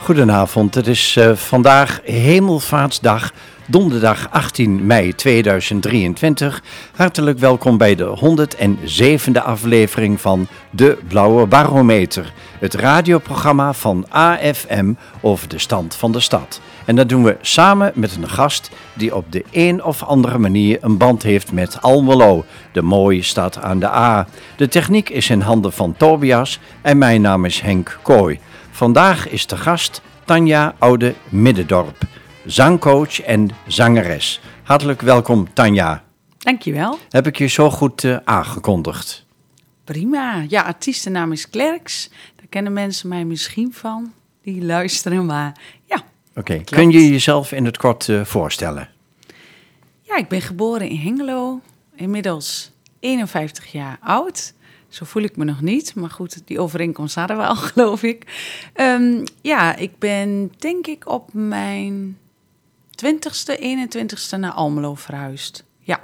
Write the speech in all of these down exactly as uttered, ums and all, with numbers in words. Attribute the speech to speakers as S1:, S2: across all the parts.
S1: Goedenavond, het is uh, vandaag Hemelvaartsdag, donderdag achttien mei tweeduizend drieëntwintig. Hartelijk welkom bij de honderdzevende aflevering van De Blauwe Barometer, het radioprogramma van A F M over de stand van de stad. En dat doen we samen met een gast die op de een of andere manier een band heeft met Almelo, de mooie stad aan de A. De techniek is in handen van Tobias en mijn naam is Henk Kooi. Vandaag is de gast Tanja Oude Middendorp, zangcoach en zangeres. Hartelijk welkom, Tanja.
S2: Dankjewel.
S1: Heb ik je zo goed uh, aangekondigd?
S2: Prima. Ja, artiestennaam is Klerks. Daar kennen mensen mij misschien van, die luisteren, maar ja.
S1: Oké, okay. Kun je jezelf in het kort uh, voorstellen?
S2: Ja, ik ben geboren in Hengelo, inmiddels eenenvijftig jaar oud. Zo voel ik me nog niet, maar goed, die overeenkomst hadden we al, geloof ik. Um, ja, ik ben denk ik op mijn twintigste, eenentwintigste naar Almelo verhuisd. Ja,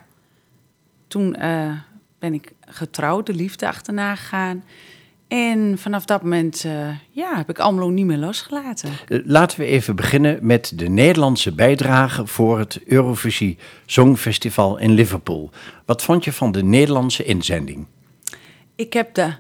S2: toen uh, ben ik getrouwd, de liefde achterna gegaan. En vanaf dat moment uh, ja, heb ik Almelo niet meer losgelaten.
S1: Laten we even beginnen met de Nederlandse bijdrage voor het Eurovisie Songfestival in Liverpool. Wat vond je van de Nederlandse inzending?
S2: Ik heb de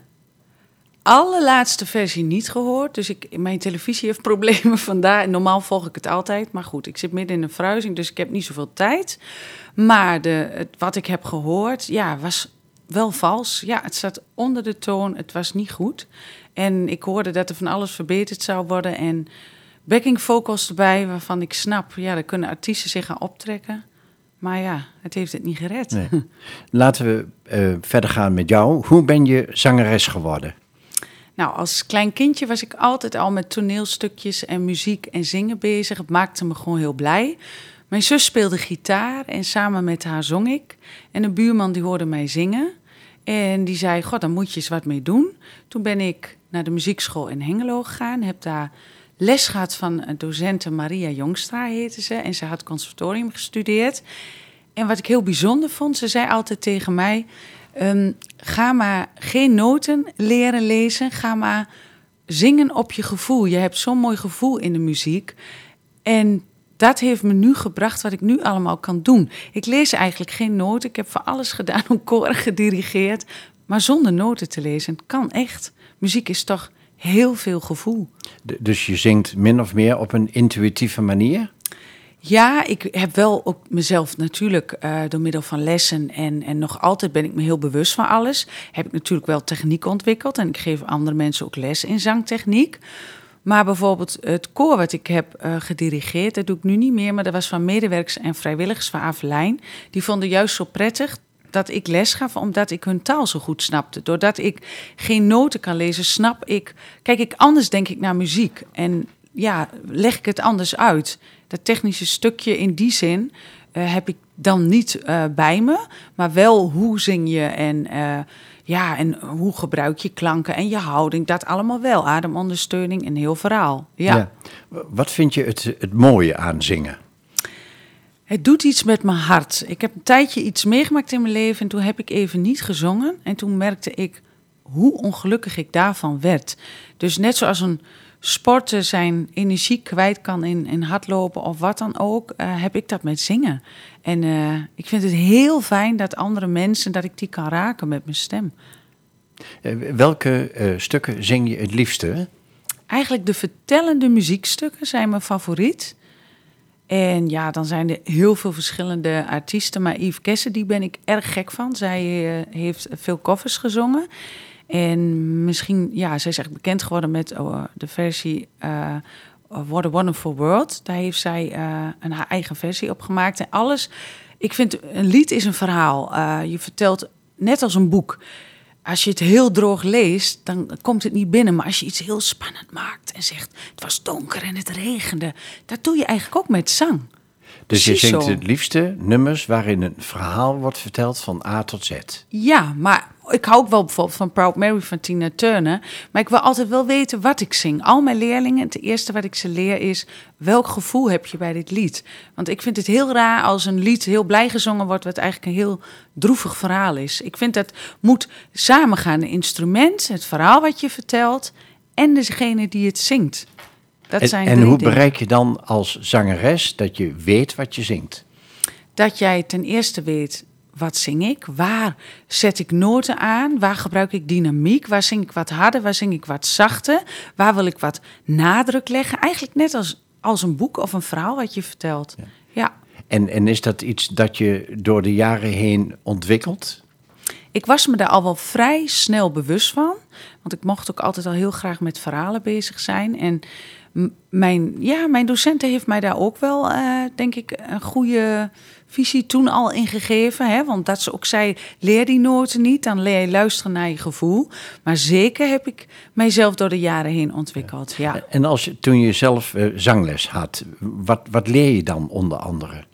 S2: allerlaatste versie niet gehoord, dus ik, mijn televisie heeft problemen vandaar. Normaal volg ik het altijd, maar goed, ik zit midden in een verhuizing, dus ik heb niet zoveel tijd. Maar de, het, wat ik heb gehoord, ja, was wel vals. Ja, het zat onder de toon, het was niet goed. En ik hoorde dat er van alles verbeterd zou worden en backing vocals erbij, waarvan ik snap, ja, daar kunnen artiesten zich gaan optrekken. Maar ja, het heeft het niet gered. Nee.
S1: Laten we uh, verder gaan met jou. Hoe ben je zangeres geworden?
S2: Nou, als klein kindje was ik altijd al met toneelstukjes en muziek en zingen bezig. Het maakte me gewoon heel blij. Mijn zus speelde gitaar en samen met haar zong ik. En een buurman die hoorde mij zingen. En die zei, god, daar moet je eens wat mee doen. Toen ben ik naar de muziekschool in Hengelo gegaan. Heb daar les gehad van docente Maria Jongstra, heette ze. En ze had conservatorium gestudeerd. En wat ik heel bijzonder vond, ze zei altijd tegen mij, Um, ga maar geen noten leren lezen, ga maar zingen op je gevoel. Je hebt zo'n mooi gevoel in de muziek. En dat heeft me nu gebracht wat ik nu allemaal kan doen. Ik lees eigenlijk geen noten. Ik heb voor alles gedaan, een koor gedirigeerd. Maar zonder noten te lezen kan echt. Muziek is toch heel veel gevoel.
S1: Dus je zingt min of meer op een intuïtieve manier?
S2: Ja, ik heb wel ook mezelf natuurlijk uh, door middel van lessen en, en nog altijd ben ik me heel bewust van alles. Heb ik natuurlijk wel techniek ontwikkeld en ik geef andere mensen ook les in zangtechniek. Maar bijvoorbeeld het koor wat ik heb uh, gedirigeerd, dat doe ik nu niet meer, maar dat was van medewerkers en vrijwilligers van Avelijn. Die vonden juist zo prettig dat ik les gaf, omdat ik hun taal zo goed snapte. Doordat ik geen noten kan lezen, snap ik, kijk ik anders denk ik naar muziek en ja, leg ik het anders uit. Dat technische stukje in die zin uh, heb ik dan niet uh, bij me. Maar wel hoe zing je en, uh, ja, en hoe gebruik je klanken en je houding. Dat allemaal wel. Ademondersteuning, een heel verhaal. Ja. Ja.
S1: Wat vind je het, het mooie aan zingen?
S2: Het doet iets met mijn hart. Ik heb een tijdje iets meegemaakt in mijn leven en toen heb ik even niet gezongen. En toen merkte ik hoe ongelukkig ik daarvan werd. Dus net zoals een sporter zijn energie kwijt kan in, in hardlopen of wat dan ook, uh, heb ik dat met zingen. En uh, ik vind het heel fijn dat andere mensen, dat ik die kan raken met mijn stem.
S1: Uh, welke uh, stukken zing je het liefste?
S2: Eigenlijk de vertellende muziekstukken zijn mijn favoriet. En ja, dan zijn er heel veel verschillende artiesten, maar Yves Kesse, die ben ik erg gek van. Zij uh, heeft veel covers gezongen. En misschien, ja, zij is echt bekend geworden met uh, de versie uh, What a Wonderful World. Daar heeft zij uh, een haar eigen versie op gemaakt. En alles, ik vind, een lied is een verhaal. Uh, je vertelt, net als een boek. Als je het heel droog leest, dan komt het niet binnen. Maar als je iets heel spannend maakt en zegt, het was donker en het regende. Dat doe je eigenlijk ook met zang.
S1: Dus
S2: Precies
S1: je zingt
S2: zo.
S1: het liefste nummers waarin een verhaal wordt verteld van A tot Z.
S2: Ja, maar ik hou ook wel bijvoorbeeld van Proud Mary van Tina Turner. Maar ik wil altijd wel weten wat ik zing. Al mijn leerlingen, het eerste wat ik ze leer is, welk gevoel heb je bij dit lied? Want ik vind het heel raar als een lied heel blij gezongen wordt, wat eigenlijk een heel droevig verhaal is. Ik vind dat moet samengaan. Een instrument, het verhaal wat je vertelt en degene die het zingt. Dat
S1: en
S2: zijn
S1: en
S2: drie
S1: hoe
S2: dingen.
S1: bereik je dan als zangeres dat je weet wat je zingt?
S2: Dat jij ten eerste weet, wat zing ik? Waar zet ik noten aan? Waar gebruik ik dynamiek? Waar zing ik wat harder? Waar zing ik wat zachter? Waar wil ik wat nadruk leggen? Eigenlijk net als, als een boek of een verhaal wat je vertelt. Ja. ja.
S1: En, en is dat iets dat je door de jaren heen ontwikkelt?
S2: Ik was me daar al wel vrij snel bewust van. Want ik mocht ook altijd al heel graag met verhalen bezig zijn. En m- mijn, ja, mijn docenten heeft mij daar ook wel, uh, denk ik, een goede visie toen al in gegeven. Hè? Want dat ze ook zei, leer die noten niet, dan leer je luisteren naar je gevoel. Maar zeker heb ik mijzelf door de jaren heen ontwikkeld, ja. ja.
S1: En als je, toen je zelf uh, zangles had, wat, wat leer je dan onder andere?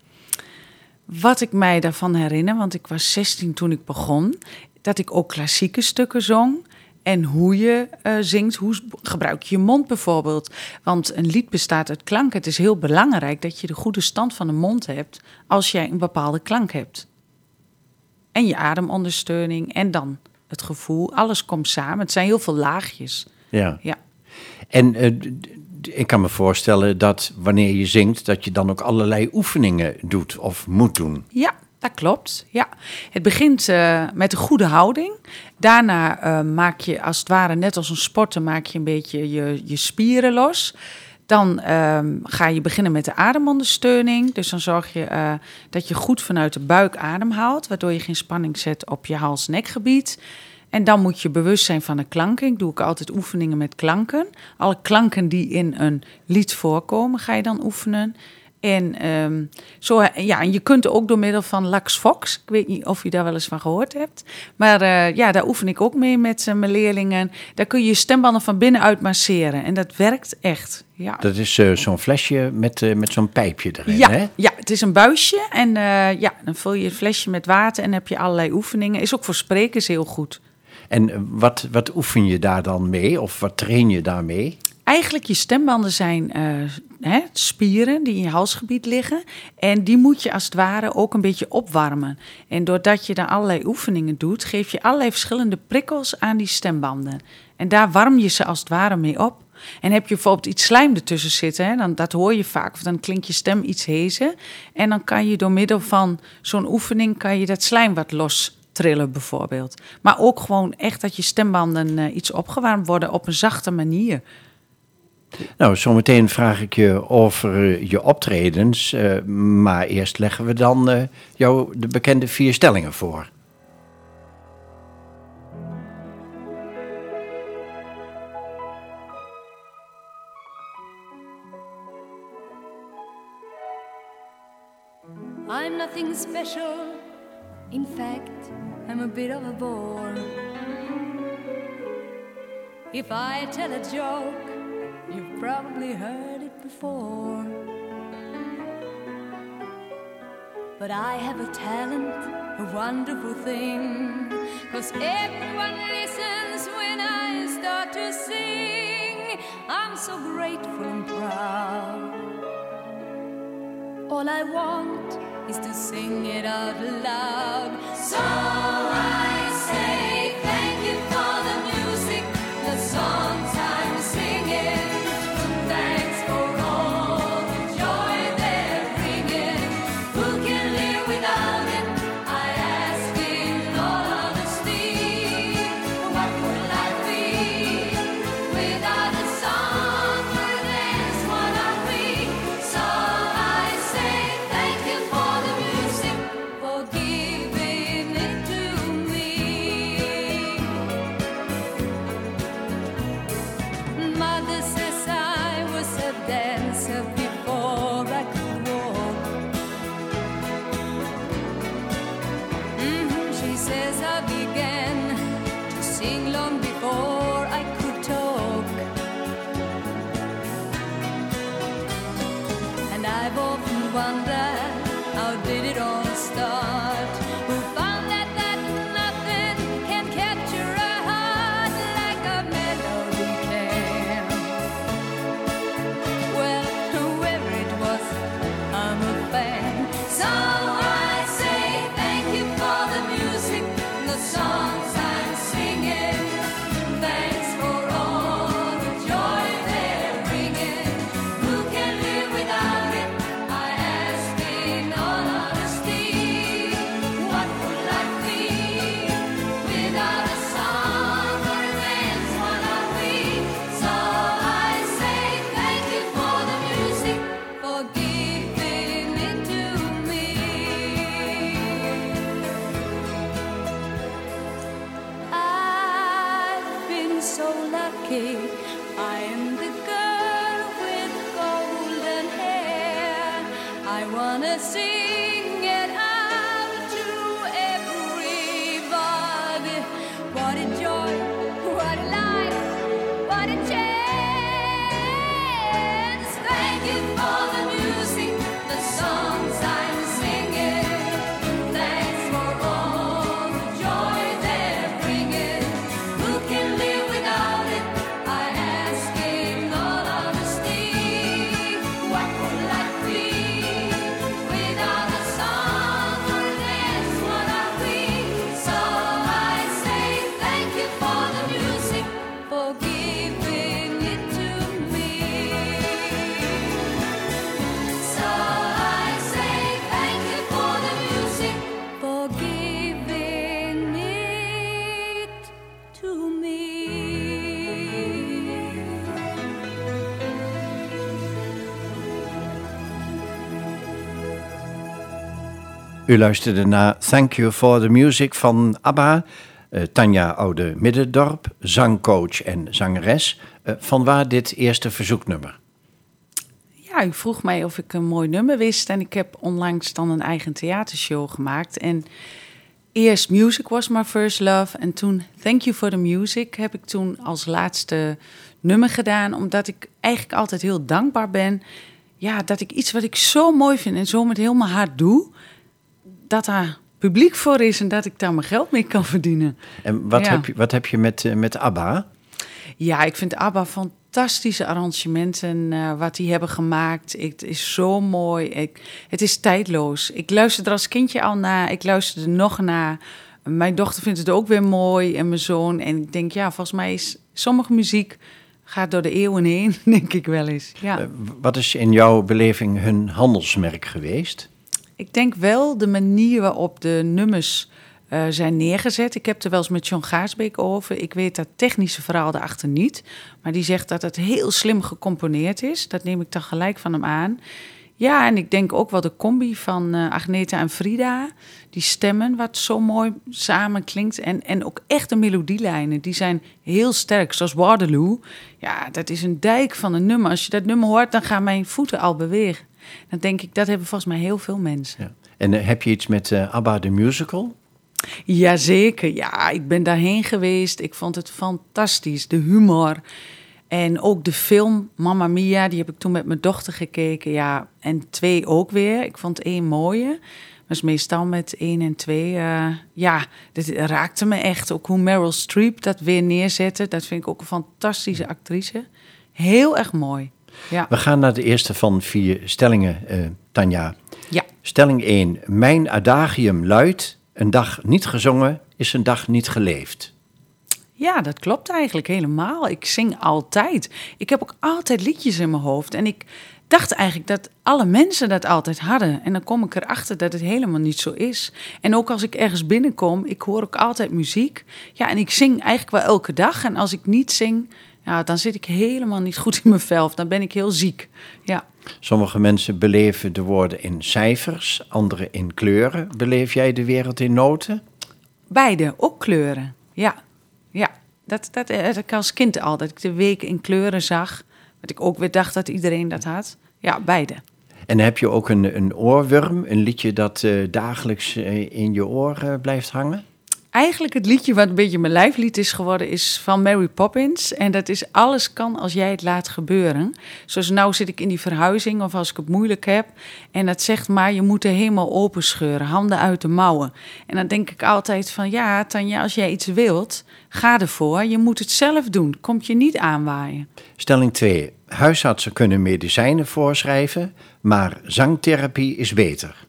S2: Wat ik mij daarvan herinner, want ik was zestien toen ik begon, dat ik ook klassieke stukken zong. En hoe je uh, zingt, hoe gebruik je je mond bijvoorbeeld. Want een lied bestaat uit klanken. Het is heel belangrijk dat je de goede stand van de mond hebt als jij een bepaalde klank hebt. En je ademondersteuning en dan het gevoel. Alles komt samen. Het zijn heel veel laagjes.
S1: Ja.
S2: ja.
S1: En uh, ik kan me voorstellen dat wanneer je zingt, dat je dan ook allerlei oefeningen doet of moet doen.
S2: Ja, dat klopt. Ja. Het begint uh, met een goede houding. Daarna uh, maak je als het ware, net als een sporter, maak je een beetje je, je spieren los. Dan uh, ga je beginnen met de ademondersteuning. Dus dan zorg je uh, dat je goed vanuit de buik ademhaalt, waardoor je geen spanning zet op je hals-nekgebied. En dan moet je bewust zijn van de klanken. Ik doe ook altijd oefeningen met klanken. Alle klanken die in een lied voorkomen, ga je dan oefenen. En, um, zo, ja, en je kunt ook door middel van Lax Fox, ik weet niet of je daar wel eens van gehoord hebt, maar uh, ja, daar oefen ik ook mee met uh, mijn leerlingen. Daar kun je je stembanden van binnenuit masseren en dat werkt echt. Ja.
S1: Dat is uh, zo'n flesje met, uh, met zo'n pijpje erin,
S2: ja,
S1: hè? Ja,
S2: het is een buisje en uh, ja, dan vul je het flesje met water en heb je allerlei oefeningen. Is ook voor sprekers heel goed.
S1: En wat, wat oefen je daar dan mee of wat train je daarmee?
S2: Eigenlijk je stembanden zijn uh, hè, spieren die in je halsgebied liggen. En die moet je als het ware ook een beetje opwarmen. En doordat je daar allerlei oefeningen doet, geef je allerlei verschillende prikkels aan die stembanden. En daar warm je ze als het ware mee op. En heb je bijvoorbeeld iets slijm ertussen zitten, hè, dan, dat hoor je vaak, of dan klinkt je stem iets hezer. En dan kan je door middel van zo'n oefening, kan je dat slijm wat los trillen bijvoorbeeld. Maar ook gewoon echt dat je stembanden uh, iets opgewarmd worden op een zachte manier.
S1: Nou, zometeen vraag ik je over je optredens, uh, maar eerst leggen we dan uh, jou de bekende vier stellingen voor.
S3: I'm nothing special, in fact, I'm a bit of a bore. If I tell a joke, you've probably heard it before. But I have a talent, a wonderful thing, 'cause everyone listens when I start to sing. I'm so grateful and proud. All I want is to sing it out loud. So I say thank you for the music, the songs I'm singing. Thanks for all the joy they're bringing. Who can live without it? I ask in all honesty. What would life be without a song or a dance? What are we? So I say thank you for the music, for giving it to me. Mother says I was a dancer before I could walk. Mm-hmm, she says I began to sing long before I could talk. And I've often wondered, how did it all start? Who found that, that nothing can capture a heart like a melody can? Well, whoever it was, I'm a fan. So I say thank you for the music, the songs I'm singing. key. I am the girl with golden hair. I wanna sing it out to everybody. What a joy, what a life, what a chance. Thank you for the music, the songs I'm singing. Thanks for all the joy they're bringing. Who can live without it? I ask in all honesty. What would life be without a song? Or less, what are we? So I say thank you for the music, for giving it to me. So I say thank you for the music, for giving it to me.
S1: U luisterde naar Thank You for the Music van ABBA. Uh, Tanja Oude-Middendorp, zangcoach en zangeres. Uh, vanwaar dit eerste verzoeknummer?
S2: Ja, u vroeg mij of ik een mooi nummer wist en ik heb onlangs dan een eigen theatershow gemaakt. En eerst Music Was My First Love en toen Thank You for the Music heb ik toen als laatste nummer gedaan. Omdat ik eigenlijk altijd heel dankbaar ben. Ja, dat ik iets wat ik zo mooi vind en zo met heel mijn hart doe, dat daar publiek voor is en dat ik daar mijn geld mee kan verdienen.
S1: En wat,
S2: Ja.
S1: heb, je, wat heb je met, uh, met ABBA?
S2: Ja, ik vind ABBA fantastische arrangementen eh, wat die hebben gemaakt. Ik- Het is zo mooi. Ik, het is tijdloos. Ik luisterde er als kindje al naar. Ik luisterde er nog naar. Mijn dochter vindt het ook weer mooi en mijn zoon. En ik denk, ja, volgens mij is sommige muziek gaat door de eeuwen heen, denk ik wel eens. Ja.
S1: Uh, wat is in jouw beleving hun handelsmerk geweest?
S2: Ik denk wel de manier waarop de nummers eh, zijn neergezet. Ik heb het er wel eens met John Gaarsbeek over. Ik weet dat technische verhaal daarachter niet. Maar die zegt dat het heel slim gecomponeerd is. Dat neem ik dan gelijk van hem aan. Ja, en ik denk ook wel de combi van eh, Agneta en Frida. Die stemmen, wat zo mooi samen klinkt. En, en ook echt de melodielijnen, die zijn heel sterk. Zoals Waterloo. Ja, dat is een dijk van een nummer. Als je dat nummer hoort, dan gaan mijn voeten al bewegen. Dan denk ik, dat hebben volgens mij heel veel mensen.
S1: Ja. En uh, heb je iets met uh, ABBA de musical?
S2: Jazeker, ja, ik ben daarheen geweest. Ik vond het fantastisch, de humor. En ook de film Mamma Mia, die heb ik toen met mijn dochter gekeken. Ja, en twee ook weer. Ik vond één mooie. Maar is meestal met één en twee. Uh, ja, dit raakte me echt. Ook hoe Meryl Streep dat weer neerzette. Dat vind ik ook een fantastische actrice. Heel erg mooi. Ja.
S1: We gaan naar de eerste van vier stellingen, uh, Tanja.
S2: Ja.
S1: Stelling één. Mijn adagium luidt: een dag niet gezongen is een dag niet geleefd.
S2: Ja, dat klopt eigenlijk helemaal. Ik zing altijd. Ik heb ook altijd liedjes in mijn hoofd. En ik dacht eigenlijk dat alle mensen dat altijd hadden. En dan kom ik erachter dat het helemaal niet zo is. En ook als ik ergens binnenkom, ik hoor ook altijd muziek. Ja, en ik zing eigenlijk wel elke dag. En als ik niet zing, ja, dan zit ik helemaal niet goed in mijn vel. Dan ben ik heel ziek. Ja.
S1: Sommige mensen beleven de woorden in cijfers, anderen in kleuren. Beleef jij de wereld in noten?
S2: Beide, ook kleuren. Ja, ja. Dat, dat, dat ik als kind al, dat ik de weken in kleuren zag. Dat ik ook weer dacht dat iedereen dat had. Ja, beide.
S1: En heb je ook een, een oorworm, een liedje dat uh, dagelijks uh, in je oor uh, blijft hangen?
S2: Eigenlijk het liedje wat een beetje mijn lijflied is geworden is van Mary Poppins. En dat is alles kan als jij het laat gebeuren. Zoals nou zit ik in die verhuizing of als ik het moeilijk heb. En dat zegt maar, je moet de hemel openscheuren, handen uit de mouwen. En dan denk ik altijd van ja, Tanja, als jij iets wilt, ga ervoor. Je moet het zelf doen, komt je niet aanwaaien.
S1: Stelling twee. Huisartsen kunnen medicijnen voorschrijven, maar zangtherapie is beter.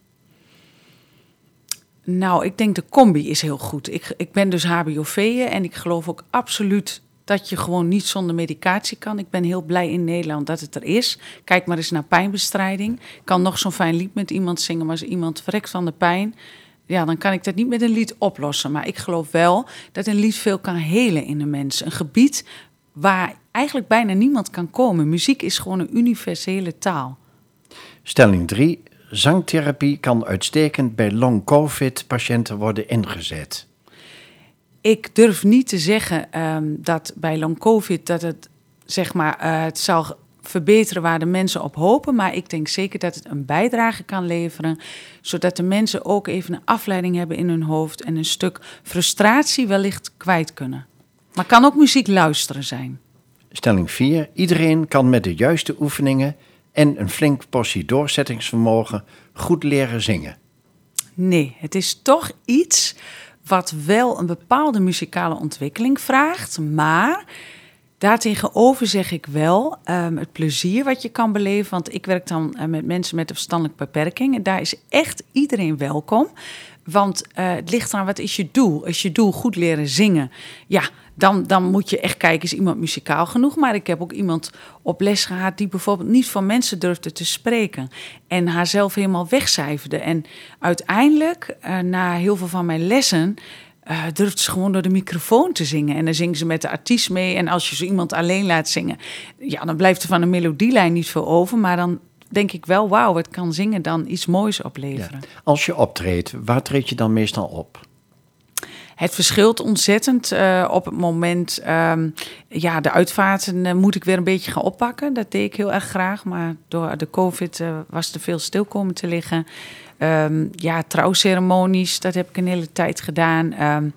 S2: Nou, ik denk de combi is heel goed. Ik, ik ben dus H B O V'er en ik geloof ook absoluut dat je gewoon niet zonder medicatie kan. Ik ben heel blij in Nederland dat het er is. Kijk maar eens naar pijnbestrijding. Ik kan nog zo'n fijn lied met iemand zingen, maar als iemand verrekt van de pijn, ja, dan kan ik dat niet met een lied oplossen. Maar ik geloof wel dat een lied veel kan helen in een mens. Een gebied waar eigenlijk bijna niemand kan komen. Muziek is gewoon een universele taal.
S1: Stelling drie. Zangtherapie kan uitstekend bij long-covid-patiënten worden ingezet.
S2: ik durf niet te zeggen um, dat bij long covid dat het zeg maar uh, het zal verbeteren waar de mensen op hopen, maar ik denk zeker dat het een bijdrage kan leveren, zodat de mensen ook even een afleiding hebben in hun hoofd en een stuk frustratie wellicht kwijt kunnen. Maar kan ook muziek luisteren zijn.
S1: Stelling vier. Iedereen kan met de juiste oefeningen en een flink portie doorzettingsvermogen goed leren zingen.
S2: Nee, het is toch iets wat wel een bepaalde muzikale ontwikkeling vraagt, maar daartegenover zeg ik wel um, het plezier wat je kan beleven. Want ik werk dan uh, met mensen met een verstandelijke beperking. En daar is echt iedereen welkom. Want uh, het ligt aan wat is je doel. Als je doel goed leren zingen, ja, dan, dan moet je echt kijken, is iemand muzikaal genoeg? Maar ik heb ook iemand op les gehad die bijvoorbeeld niet van mensen durfde te spreken. En haarzelf helemaal wegcijferde. En uiteindelijk, uh, na heel veel van mijn lessen, Uh, durft ze gewoon door de microfoon te zingen. En dan zingen ze met de artiest mee. En als je zo iemand alleen laat zingen, ja, dan blijft er van een melodielijn niet veel over. Maar dan denk ik wel, wauw, het kan zingen dan iets moois opleveren.
S1: Ja. Als je optreedt, waar treed je dan meestal op?
S2: Het verschilt ontzettend uh, op het moment. Um, ja, de uitvaarten uh, moet ik weer een beetje gaan oppakken. Dat deed ik heel erg graag. Maar door de COVID uh, was er veel stil komen te liggen. Um, ja, trouwceremonies, dat heb ik een hele tijd gedaan. Um,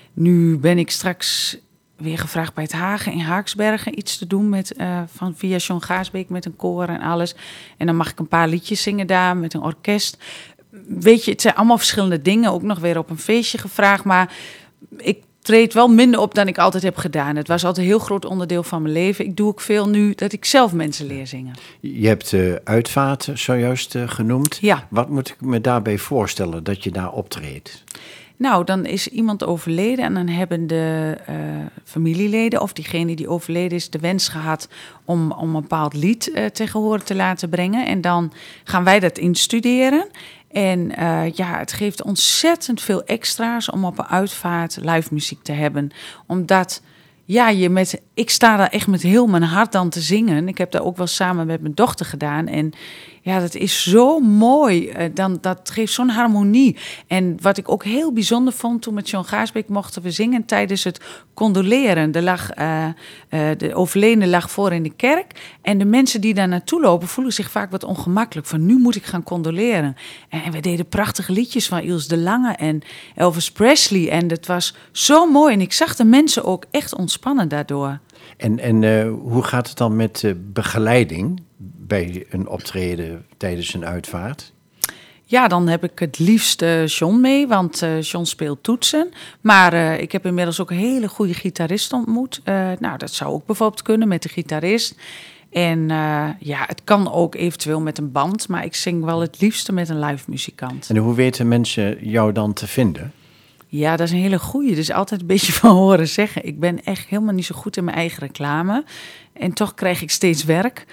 S2: nu ben ik straks weer gevraagd bij het Hagen in Haaksbergen iets te doen met, uh, van via John Gaasbeek met een koor en alles. En dan mag ik een paar liedjes zingen daar met een orkest. Weet je, het zijn allemaal verschillende dingen. Ook nog weer op een feestje gevraagd, maar ik treed wel minder op dan ik altijd heb gedaan. Het was altijd een heel groot onderdeel van mijn leven. Ik doe ook veel nu dat ik zelf mensen leer zingen.
S1: Je hebt uh, uitvaarten zojuist uh, genoemd.
S2: Ja.
S1: Wat moet ik me daarbij voorstellen dat je daar optreedt?
S2: Nou, dan is iemand overleden en dan hebben de uh, familieleden of diegene die overleden is de wens gehad om, om een bepaald lied uh, tegen horen te laten brengen. En dan gaan wij dat instuderen. En uh, ja, het geeft ontzettend veel extra's om op een uitvaart live muziek te hebben. Omdat, ja, je met, ik sta daar echt met heel mijn hart dan te zingen. Ik heb dat ook wel samen met mijn dochter gedaan. En ja, dat is zo mooi. Uh, dan, dat geeft zo'n harmonie. En wat ik ook heel bijzonder vond, toen met John Gaasbeek mochten we zingen tijdens het condoleren. Er lag, uh, uh, de overledene lag voor in de kerk. En de mensen die daar naartoe lopen voelen zich vaak wat ongemakkelijk. Van nu moet ik gaan condoleren. En, en we deden prachtige liedjes van Iels de Lange en Elvis Presley. En dat was zo mooi. En ik zag de mensen ook echt ontspannen daardoor.
S1: En, en uh, hoe gaat het dan met uh, begeleiding bij een optreden tijdens een uitvaart?
S2: Ja, dan heb ik het liefst uh, John mee, want uh, John speelt toetsen. Maar uh, ik heb inmiddels ook een hele goede gitarist ontmoet. Uh, nou, dat zou ook bijvoorbeeld kunnen met de gitarist. En uh, ja, het kan ook eventueel met een band, maar ik zing wel het liefste met een live muzikant.
S1: En hoe weten mensen jou dan te vinden?
S2: Ja, dat is een hele goeie. Dus altijd een beetje van horen zeggen. Ik ben echt helemaal niet zo goed in mijn eigen reclame. En toch krijg ik steeds werk.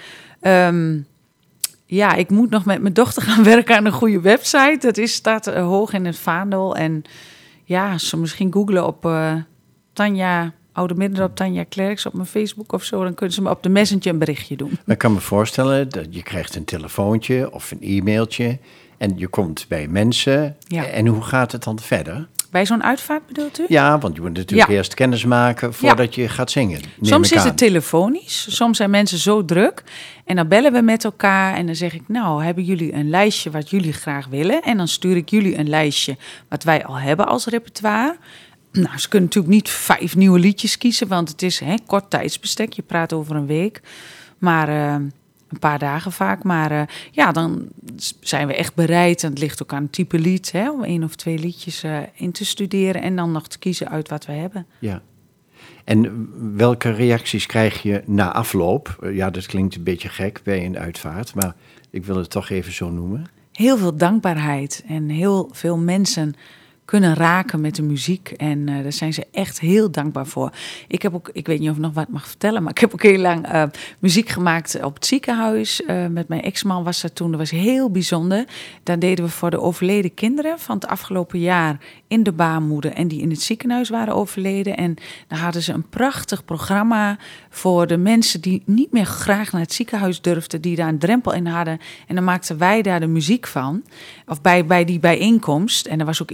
S2: Um, ja, ik moet nog met mijn dochter gaan werken aan een goede website. Dat is, staat uh, hoog in het vaandel. En ja, zo misschien googlen op uh, Tanja, oude middelen op Tanja Klerks op mijn Facebook of zo. Dan kunnen ze me op de Messenger een berichtje doen.
S1: Ik kan me voorstellen dat je krijgt een telefoontje of een e-mailtje. En je komt bij mensen.
S2: Ja.
S1: En hoe gaat het dan verder?
S2: Bij zo'n uitvaart bedoelt u?
S1: Ja, want je moet natuurlijk
S2: Ja.
S1: eerst kennis maken voordat je gaat zingen. neem
S2: Soms
S1: ik
S2: is
S1: aan.
S2: het telefonisch. Soms zijn mensen zo druk. En dan bellen we met elkaar. En dan zeg ik, nou, hebben jullie een lijstje wat jullie graag willen? En dan stuur ik jullie een lijstje wat wij al hebben als repertoire. Nou, ze kunnen natuurlijk niet vijf nieuwe liedjes kiezen. Want het is hè, kort tijdsbestek. Je praat over een week. Maar uh, een paar dagen vaak. Maar uh, ja, dan zijn we echt bereid. En het ligt ook aan het type lied. Hè, om één of twee liedjes uh, in te studeren. En dan nog te kiezen uit wat we hebben.
S1: Ja. En welke reacties krijg je na afloop? Ja, dat klinkt een beetje gek bij een uitvaart. Maar ik wil het toch even zo noemen.
S2: Heel veel dankbaarheid. En heel veel mensen kunnen raken met de muziek. En uh, daar zijn ze echt heel dankbaar voor. Ik heb ook, ik weet niet of ik nog wat mag vertellen, maar ik heb ook heel lang uh, muziek gemaakt op het ziekenhuis. Uh, met mijn ex-man was dat toen. Dat was heel bijzonder. Dan deden we voor de overleden kinderen van het afgelopen jaar in de baarmoeder en die in het ziekenhuis waren overleden. En dan hadden ze een prachtig programma voor de mensen die niet meer graag naar het ziekenhuis durfden, die daar een drempel in hadden. En dan maakten wij daar de muziek van. Of bij, bij die bijeenkomst. En er was ook iemand die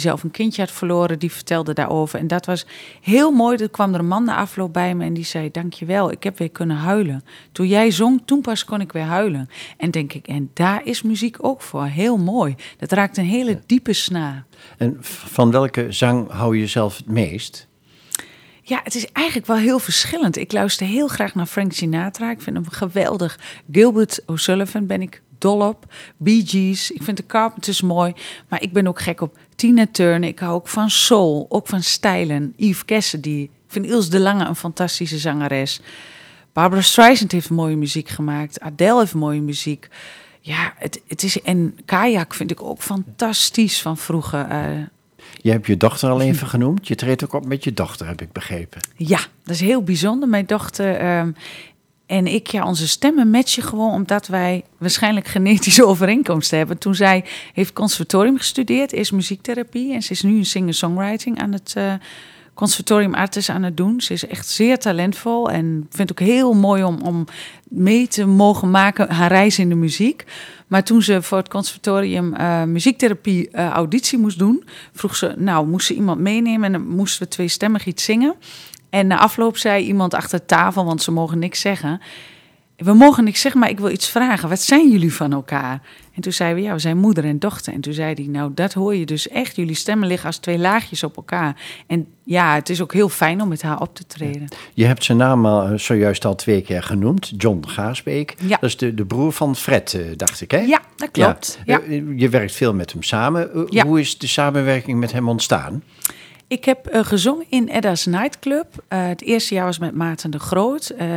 S2: zelf een kindje had verloren, die vertelde daarover. En dat was heel mooi. Er kwam er een man na afloop bij me en die zei, dankjewel, ik heb weer kunnen huilen. Toen jij zong, toen pas kon ik weer huilen. En denk ik, en daar is muziek ook voor. Heel mooi. Dat raakt een hele diepe snaar.
S1: En van welke zang hou je zelf het meest?
S2: Ja, het is eigenlijk wel heel verschillend. Ik luister heel graag naar Frank Sinatra. Ik vind hem geweldig. Gilbert O'Sullivan ben ik dol op. Bee Gees. Ik vind de Carpenters mooi. Maar ik ben ook gek op Tina Turner. Ik hou ook van soul. Ook van stijlen. Yves Cassidy. Ik vind Ilse de Lange een fantastische zangeres. Barbara Streisand heeft mooie muziek gemaakt. Adele heeft mooie muziek. Ja, het, het is... En Kayak vind ik ook fantastisch van vroeger. Uh,
S1: Je hebt je dochter al even genoemd. Je treedt ook op met je dochter, heb ik begrepen.
S2: Ja, dat is heel bijzonder. Mijn dochter um, en ik, ja, onze stemmen matchen gewoon omdat wij waarschijnlijk genetische overeenkomsten hebben. Toen zij heeft conservatorium gestudeerd, eerst muziektherapie. En ze is nu een singer-songwriting aan het uh, conservatorium Artes aan het doen. Ze is echt zeer talentvol en vindt het ook heel mooi om, om mee te mogen maken haar reis in de muziek. Maar toen ze voor het conservatorium uh, muziektherapie uh, auditie moest doen, vroeg ze, nou, moest ze iemand meenemen en dan moesten we tweestemmig iets zingen. En na afloop zei iemand achter tafel, want ze mogen niks zeggen. We mogen niks zeggen, maar ik wil iets vragen. Wat zijn jullie van elkaar? En toen zeiden we, ja, we zijn moeder en dochter. En toen zei hij, nou, dat hoor je dus echt. Jullie stemmen liggen als twee laagjes op elkaar. En ja, het is ook heel fijn om met haar op te treden.
S1: Je hebt zijn naam al, zojuist al twee keer genoemd. John Gaasbeek.
S2: Ja.
S1: Dat is de, de broer van Fred, dacht ik, hè?
S2: Ja, dat klopt. Ja.
S1: Ja. Je werkt veel met hem samen.
S2: Ja.
S1: Hoe is de samenwerking met hem ontstaan?
S2: Ik heb uh, gezongen in Edda's Nightclub. Uh, het eerste jaar was met Maarten de Groot. Uh,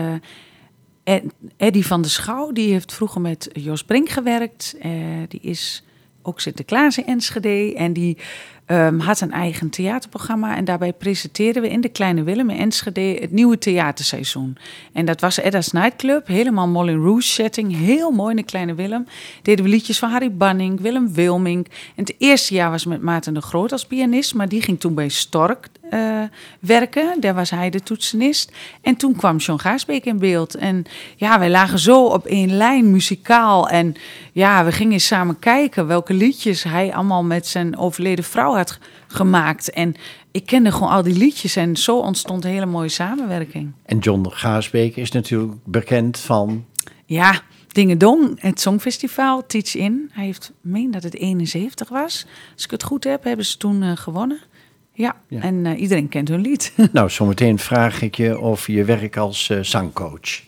S2: Eddie van der Schouw, die heeft vroeger met Jos Brink gewerkt. Uh, die is ook Sinterklaas in Enschede. En die um, had een eigen theaterprogramma. En daarbij presenteerden we in de Kleine Willem in Enschede het nieuwe theaterseizoen. En dat was Edda's Nightclub. Helemaal Moulin Rouge setting. Heel mooi in de Kleine Willem. Deden we liedjes van Harry Banning, Willem Wilmink. En het eerste jaar was met Maarten de Groot als pianist. Maar die ging toen bij Stork uh, werken. Daar was hij de toetsenist. En toen kwam John Gaasbeek in beeld. En ja, wij lagen zo op één lijn muzikaal. En ja, we gingen samen kijken welke liedjes hij allemaal met zijn overleden vrouw had gemaakt. En ik kende gewoon al die liedjes en zo ontstond een hele mooie samenwerking.
S1: En John Gaasbeek is natuurlijk bekend van...
S2: Ja, Dingedong, het Songfestival, Teach In. Hij heeft, meen dat het eenenzeventig was. Als ik het goed heb, hebben ze toen uh, gewonnen. Ja, ja. en uh, iedereen kent hun lied.
S1: Nou, zometeen vraag ik je over je werk als uh, zangcoach.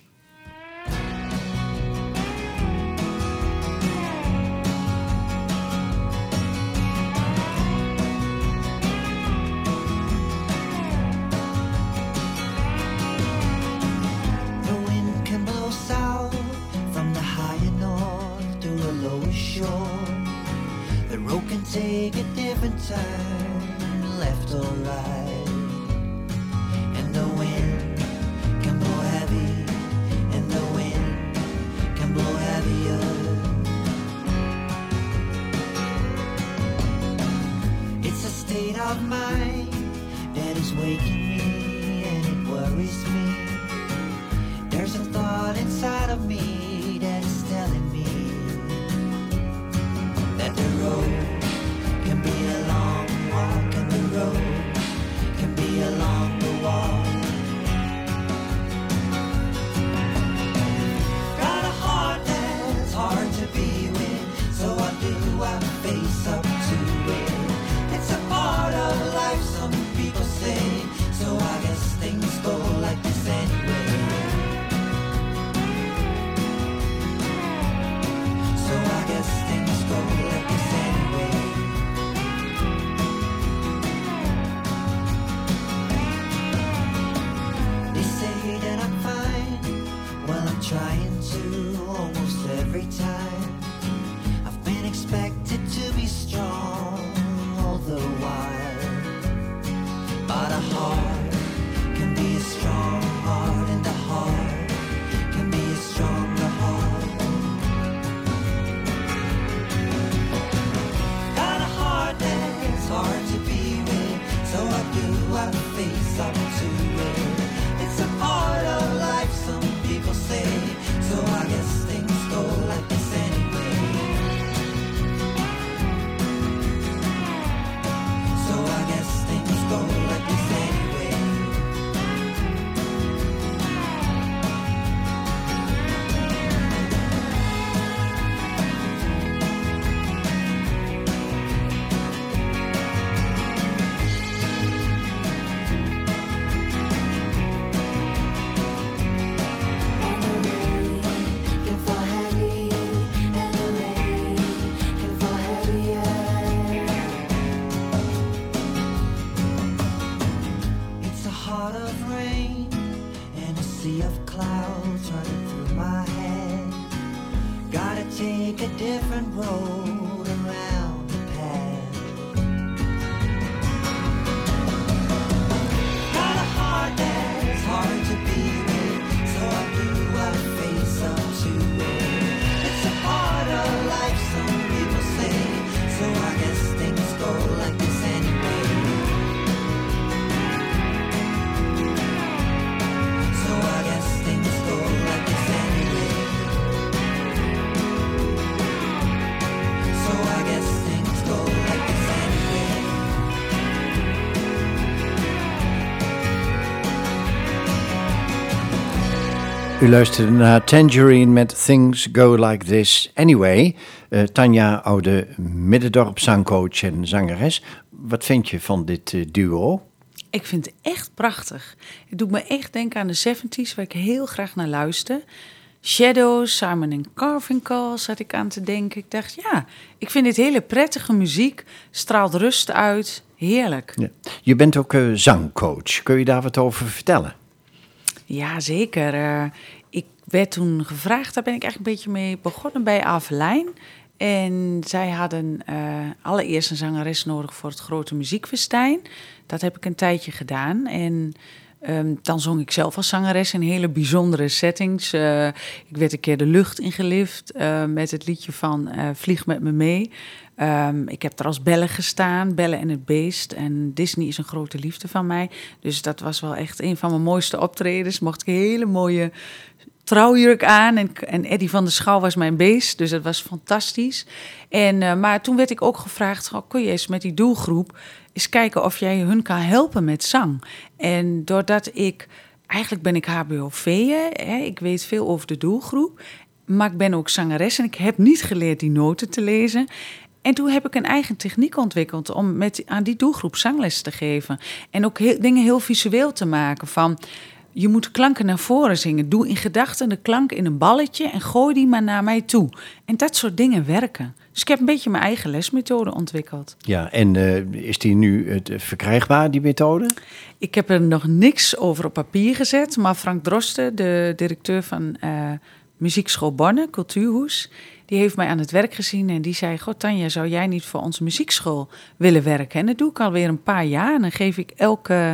S4: Take a different turn, left or right. And the wind can blow heavy, and the wind can blow heavier. It's a state of mind that is waking me, and it worries me. There's a thought inside of me that is telling me that the road can be a long walk, and the road can be a longer walk. Got a heart that's hard to be with, so what do I face up to it? It's a part of life, some people say, so I guess things go like this anyway. So I guess things go like this anyway. Trying to almost every time. I've been expected to be strong all the while, but a heart can be a strong heart, and a heart can be a stronger heart. Got a heart that's hard to be with, so what do I face up to it? It's a part of life, some people say, so I guess things go like this anyway. different road around the path. Got a heart that's hard to beat with, so I do I face up to it. It's a part of life, some people say, so I guess things go like this anyway. So I guess things go like this anyway. So I guess things go like this anyway.
S1: U luisterde naar Tangerine met Things Go Like This Anyway. Uh, Tanja, oude Middendorp zangcoach en zangeres. Wat vind je van dit uh, duo?
S2: Ik vind het echt prachtig. Het doet me echt denken aan de zeventies, waar ik heel graag naar luister. Shadows, Simon and Garfunkel zat ik aan te denken. Ik dacht, ja, ik vind dit hele prettige muziek. Straalt rust uit. Heerlijk.
S1: Ja. Je bent ook uh, zangcoach. Kun je daar wat over vertellen?
S2: Ja, zeker. Uh, ik werd toen gevraagd, daar ben ik eigenlijk een beetje mee begonnen bij Avelijn. En zij hadden uh, allereerst een zangeres nodig voor het grote muziekfestijn. Dat heb ik een tijdje gedaan. En um, dan zong ik zelf als zangeres in hele bijzondere settings. Uh, ik werd een keer de lucht ingelift uh, met het liedje van uh, Vlieg met me mee. Um, ik heb er als Belle gestaan, Belle en het Beest. En Disney is een grote liefde van mij. Dus dat was wel echt een van mijn mooiste optredens. Mocht ik een hele mooie trouwjurk aan. En, en Eddie van der Schouw was mijn beest. Dus dat was fantastisch. En, uh, maar toen werd ik ook gevraagd, oh, kun je eens met die doelgroep eens kijken of jij hun kan helpen met zang. En doordat ik, eigenlijk ben ik H B O V'er, hè, ik weet veel over de doelgroep. Maar ik ben ook zangeres en ik heb niet geleerd die noten te lezen. En toen heb ik een eigen techniek ontwikkeld om met, aan die doelgroep zangles te geven. En ook heel, dingen heel visueel te maken van, je moet klanken naar voren zingen. Doe in gedachten de klank in een balletje en gooi die maar naar mij toe. En dat soort dingen werken. Dus ik heb een beetje mijn eigen lesmethode ontwikkeld.
S1: Ja, en uh, is die nu uh, verkrijgbaar, die methode?
S2: Ik heb er nog niks over op papier gezet. Maar Frank Drosten, de directeur van uh, Muziekschool Borne, Cultuurhoes, die heeft mij aan het werk gezien en die zei, goh Tanja, zou jij niet voor onze muziekschool willen werken? En dat doe ik alweer een paar jaar. En dan geef ik elke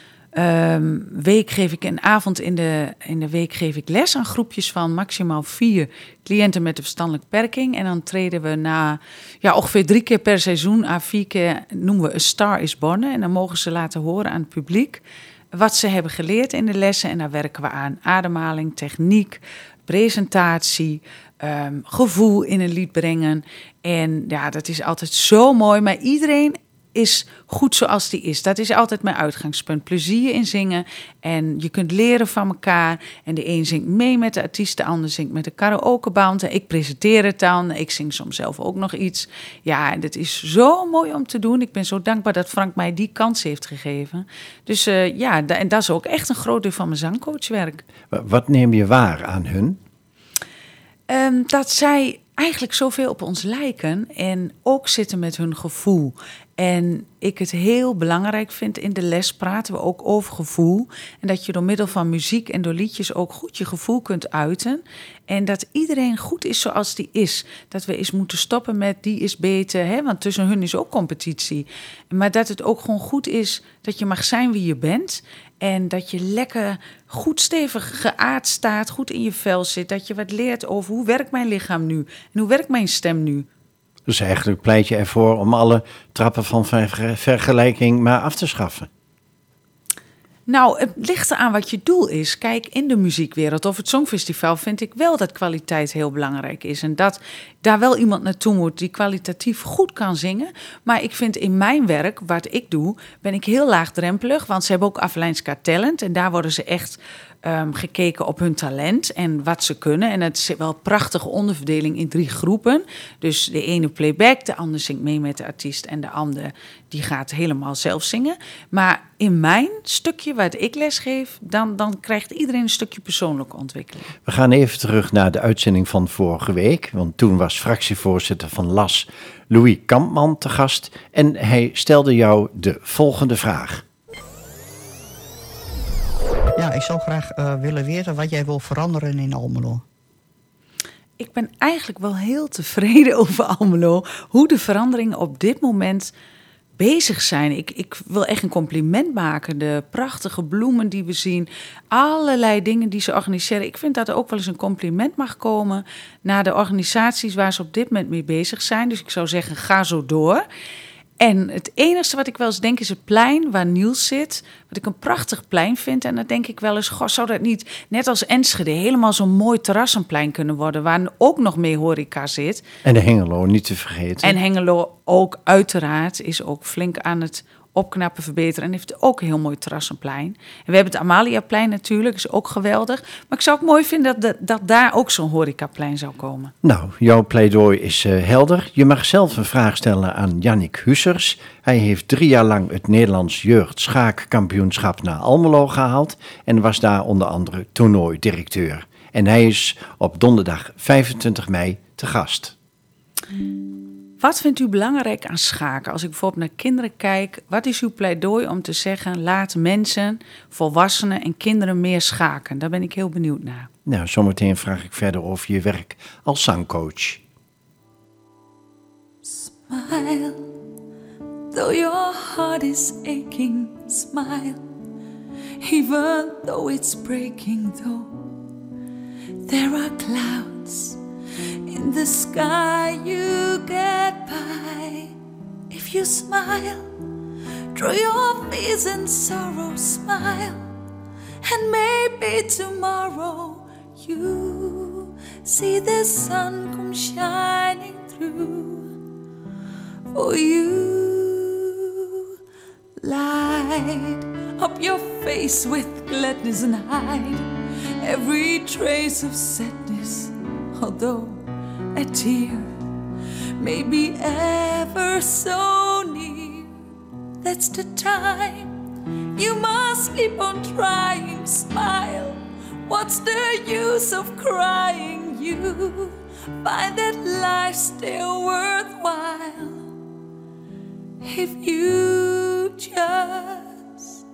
S2: um, week geef ik een avond in de, in de week geef ik les aan groepjes van maximaal vier cliënten met een verstandelijke beperking. En dan treden we na ja, ongeveer drie keer per seizoen, à vier keer noemen we een Star is Borne. En dan mogen ze laten horen aan het publiek wat ze hebben geleerd in de lessen. En daar werken we aan ademhaling, techniek, presentatie, um, gevoel in een lied brengen. En ja, dat is altijd zo mooi. Maar iedereen is goed zoals die is. Dat is altijd mijn uitgangspunt. Plezier in zingen. En je kunt leren van elkaar. En de een zingt mee met de artiest, de ander zingt met de karaokeband. En ik presenteer het dan. Ik zing soms zelf ook nog iets. Ja, en dat is zo mooi om te doen. Ik ben zo dankbaar dat Frank mij die kans heeft gegeven. Dus uh, ja, da- en dat is ook echt een groot deel van mijn zangcoachwerk.
S1: Wat neem je waar aan hun?
S2: Um, dat zij eigenlijk zoveel op ons lijken en ook zitten met hun gevoel. En ik het heel belangrijk vind, in de les praten we ook over gevoel. En dat je door middel van muziek en door liedjes ook goed je gevoel kunt uiten. En dat iedereen goed is zoals die is. Dat we eens moeten stoppen met die is beter, hè? Want tussen hun is ook competitie. Maar dat het ook gewoon goed is dat je mag zijn wie je bent. En dat je lekker goed stevig geaard staat, goed in je vel zit. Dat je wat leert over hoe werkt mijn lichaam nu en hoe werkt mijn stem nu.
S1: Dus eigenlijk pleit je ervoor om alle trappen van ver- vergelijking maar af te schaffen.
S2: Nou, het ligt eraan wat je doel is. Kijk, in de muziekwereld of het Songfestival vind ik wel dat kwaliteit heel belangrijk is. En dat daar wel iemand naartoe moet die kwalitatief goed kan zingen. Maar ik vind in mijn werk, wat ik doe, ben ik heel laagdrempelig. Want ze hebben ook Avelijns Got Talent. En daar worden ze echt um, gekeken op hun talent en wat ze kunnen. En het is wel een prachtige onderverdeling in drie groepen. Dus de ene playback, de ander zingt mee met de artiest en de ander die gaat helemaal zelf zingen. Maar in mijn stukje wat ik lesgeef, dan, dan krijgt iedereen een stukje persoonlijke ontwikkeling.
S1: We gaan even terug naar de uitzending van vorige week. Want toen was fractievoorzitter van L A S, Louis Kampman, te gast. En hij stelde jou de volgende vraag.
S5: Ja, ik zou graag uh, willen weten wat jij wil veranderen in Almelo.
S2: ik ben eigenlijk wel heel tevreden over Almelo. Hoe de veranderingen op dit moment bezig zijn. Ik, ik wil echt een compliment maken. De prachtige bloemen die we zien. Allerlei dingen die ze organiseren. Ik vind dat er ook wel eens een compliment mag komen naar de organisaties waar ze op dit moment mee bezig zijn. Dus ik zou zeggen, ga zo door. En het enige wat ik wel eens denk is het plein waar Niels zit. Wat ik een prachtig plein vind. En dan denk ik wel eens, goh, zou dat niet net als Enschede helemaal zo'n mooi terrassenplein kunnen worden. Waar ook nog meer horeca zit.
S1: En de Hengelo niet te vergeten.
S2: En Hengelo ook uiteraard is ook flink aan het opknappen, verbeteren. En heeft ook een heel mooi terrassenplein. En we hebben het Amaliaplein natuurlijk, is ook geweldig. Maar ik zou het mooi vinden dat, dat, dat daar ook zo'n horecaplein zou komen.
S1: Nou, jouw pleidooi is uh, helder. Je mag zelf een vraag stellen aan Jannik Hussers. Hij heeft drie jaar lang het Nederlands jeugd schaakkampioenschap naar Almelo gehaald en was daar onder andere toernooidirecteur. En hij is op donderdag vijfentwintig mei te gast.
S2: Wat vindt u belangrijk aan schaken? Als ik bijvoorbeeld naar kinderen kijk, wat is uw pleidooi om te zeggen, laat mensen, volwassenen en kinderen meer schaken? Daar ben ik heel benieuwd naar.
S1: Nou, zometeen vraag ik verder over je werk als zangcoach.
S3: Smile, though your heart is aching. Smile, even though it's breaking. Though there are clouds in the sky, you get by. If you smile, through your fears and sorrow, smile, and maybe tomorrow you see the sun come shining through for you. Light up your face with gladness and hide every trace of sadness, although a tear may be ever so near. That's the time you must keep on trying. Smile, what's the use of crying? You find that life's still worthwhile if you just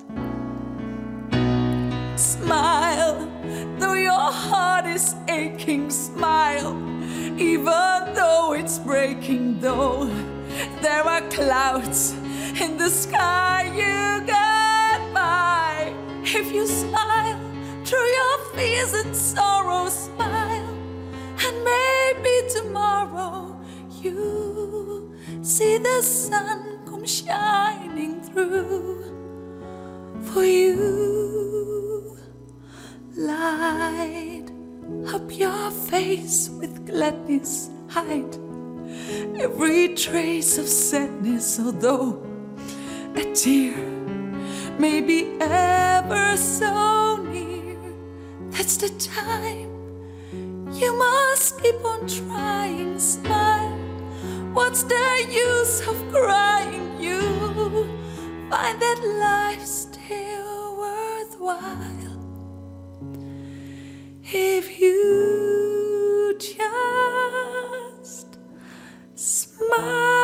S3: smile. Though your heart is aching, smile, even though it's breaking. Though there are clouds in the sky, you get by. If you smile through your fears and sorrow, smile, and maybe tomorrow you see the sun come shining through for you. Light up your face with gladness, hide every trace of sadness, although a tear may be ever so near. That's the time you must keep on trying. Smile, what's the use of crying? You find that life's still worthwhile if you just smile.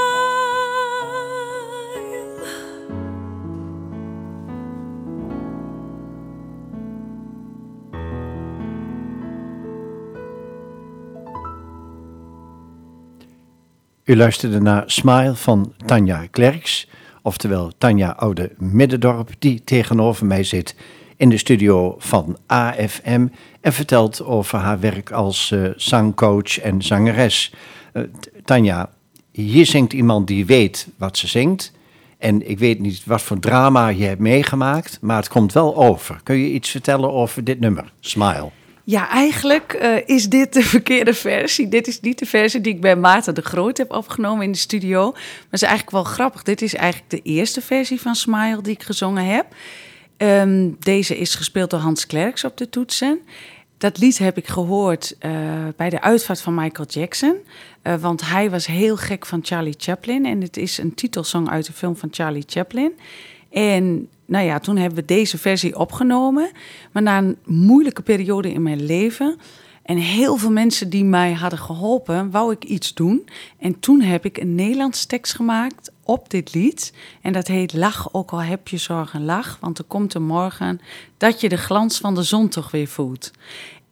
S1: U luisterde naar Smile van Tanja Klerks, oftewel Tanja Oude Middendorp, die tegenover mij zit in de studio van A F M en vertelt over haar werk als uh, zangcoach en zangeres. Uh, Tanja, hier zingt iemand die weet wat ze zingt. En ik weet niet wat voor drama je hebt meegemaakt, maar het komt wel over. Kun je iets vertellen over dit nummer, Smile?
S2: Ja, eigenlijk uh, is dit de verkeerde versie. Dit is niet de versie die ik bij Maarten de Groot heb opgenomen in de studio. Maar het is eigenlijk wel grappig. Dit is eigenlijk de eerste versie van Smile die ik gezongen heb. Um, deze is gespeeld door Hans Klerks op de toetsen. Dat lied heb ik gehoord uh, bij de uitvaart van Michael Jackson. Uh, want hij was heel gek van Charlie Chaplin. En het is een titelsong uit de film van Charlie Chaplin. En nou ja, toen hebben we deze versie opgenomen. Maar na een moeilijke periode in mijn leven en heel veel mensen die mij hadden geholpen, wou ik iets doen. En toen heb ik een Nederlandse tekst gemaakt op dit lied. En dat heet Lach, ook al heb je zorgen, lach. Want er komt een morgen dat je de glans van de zon toch weer voelt.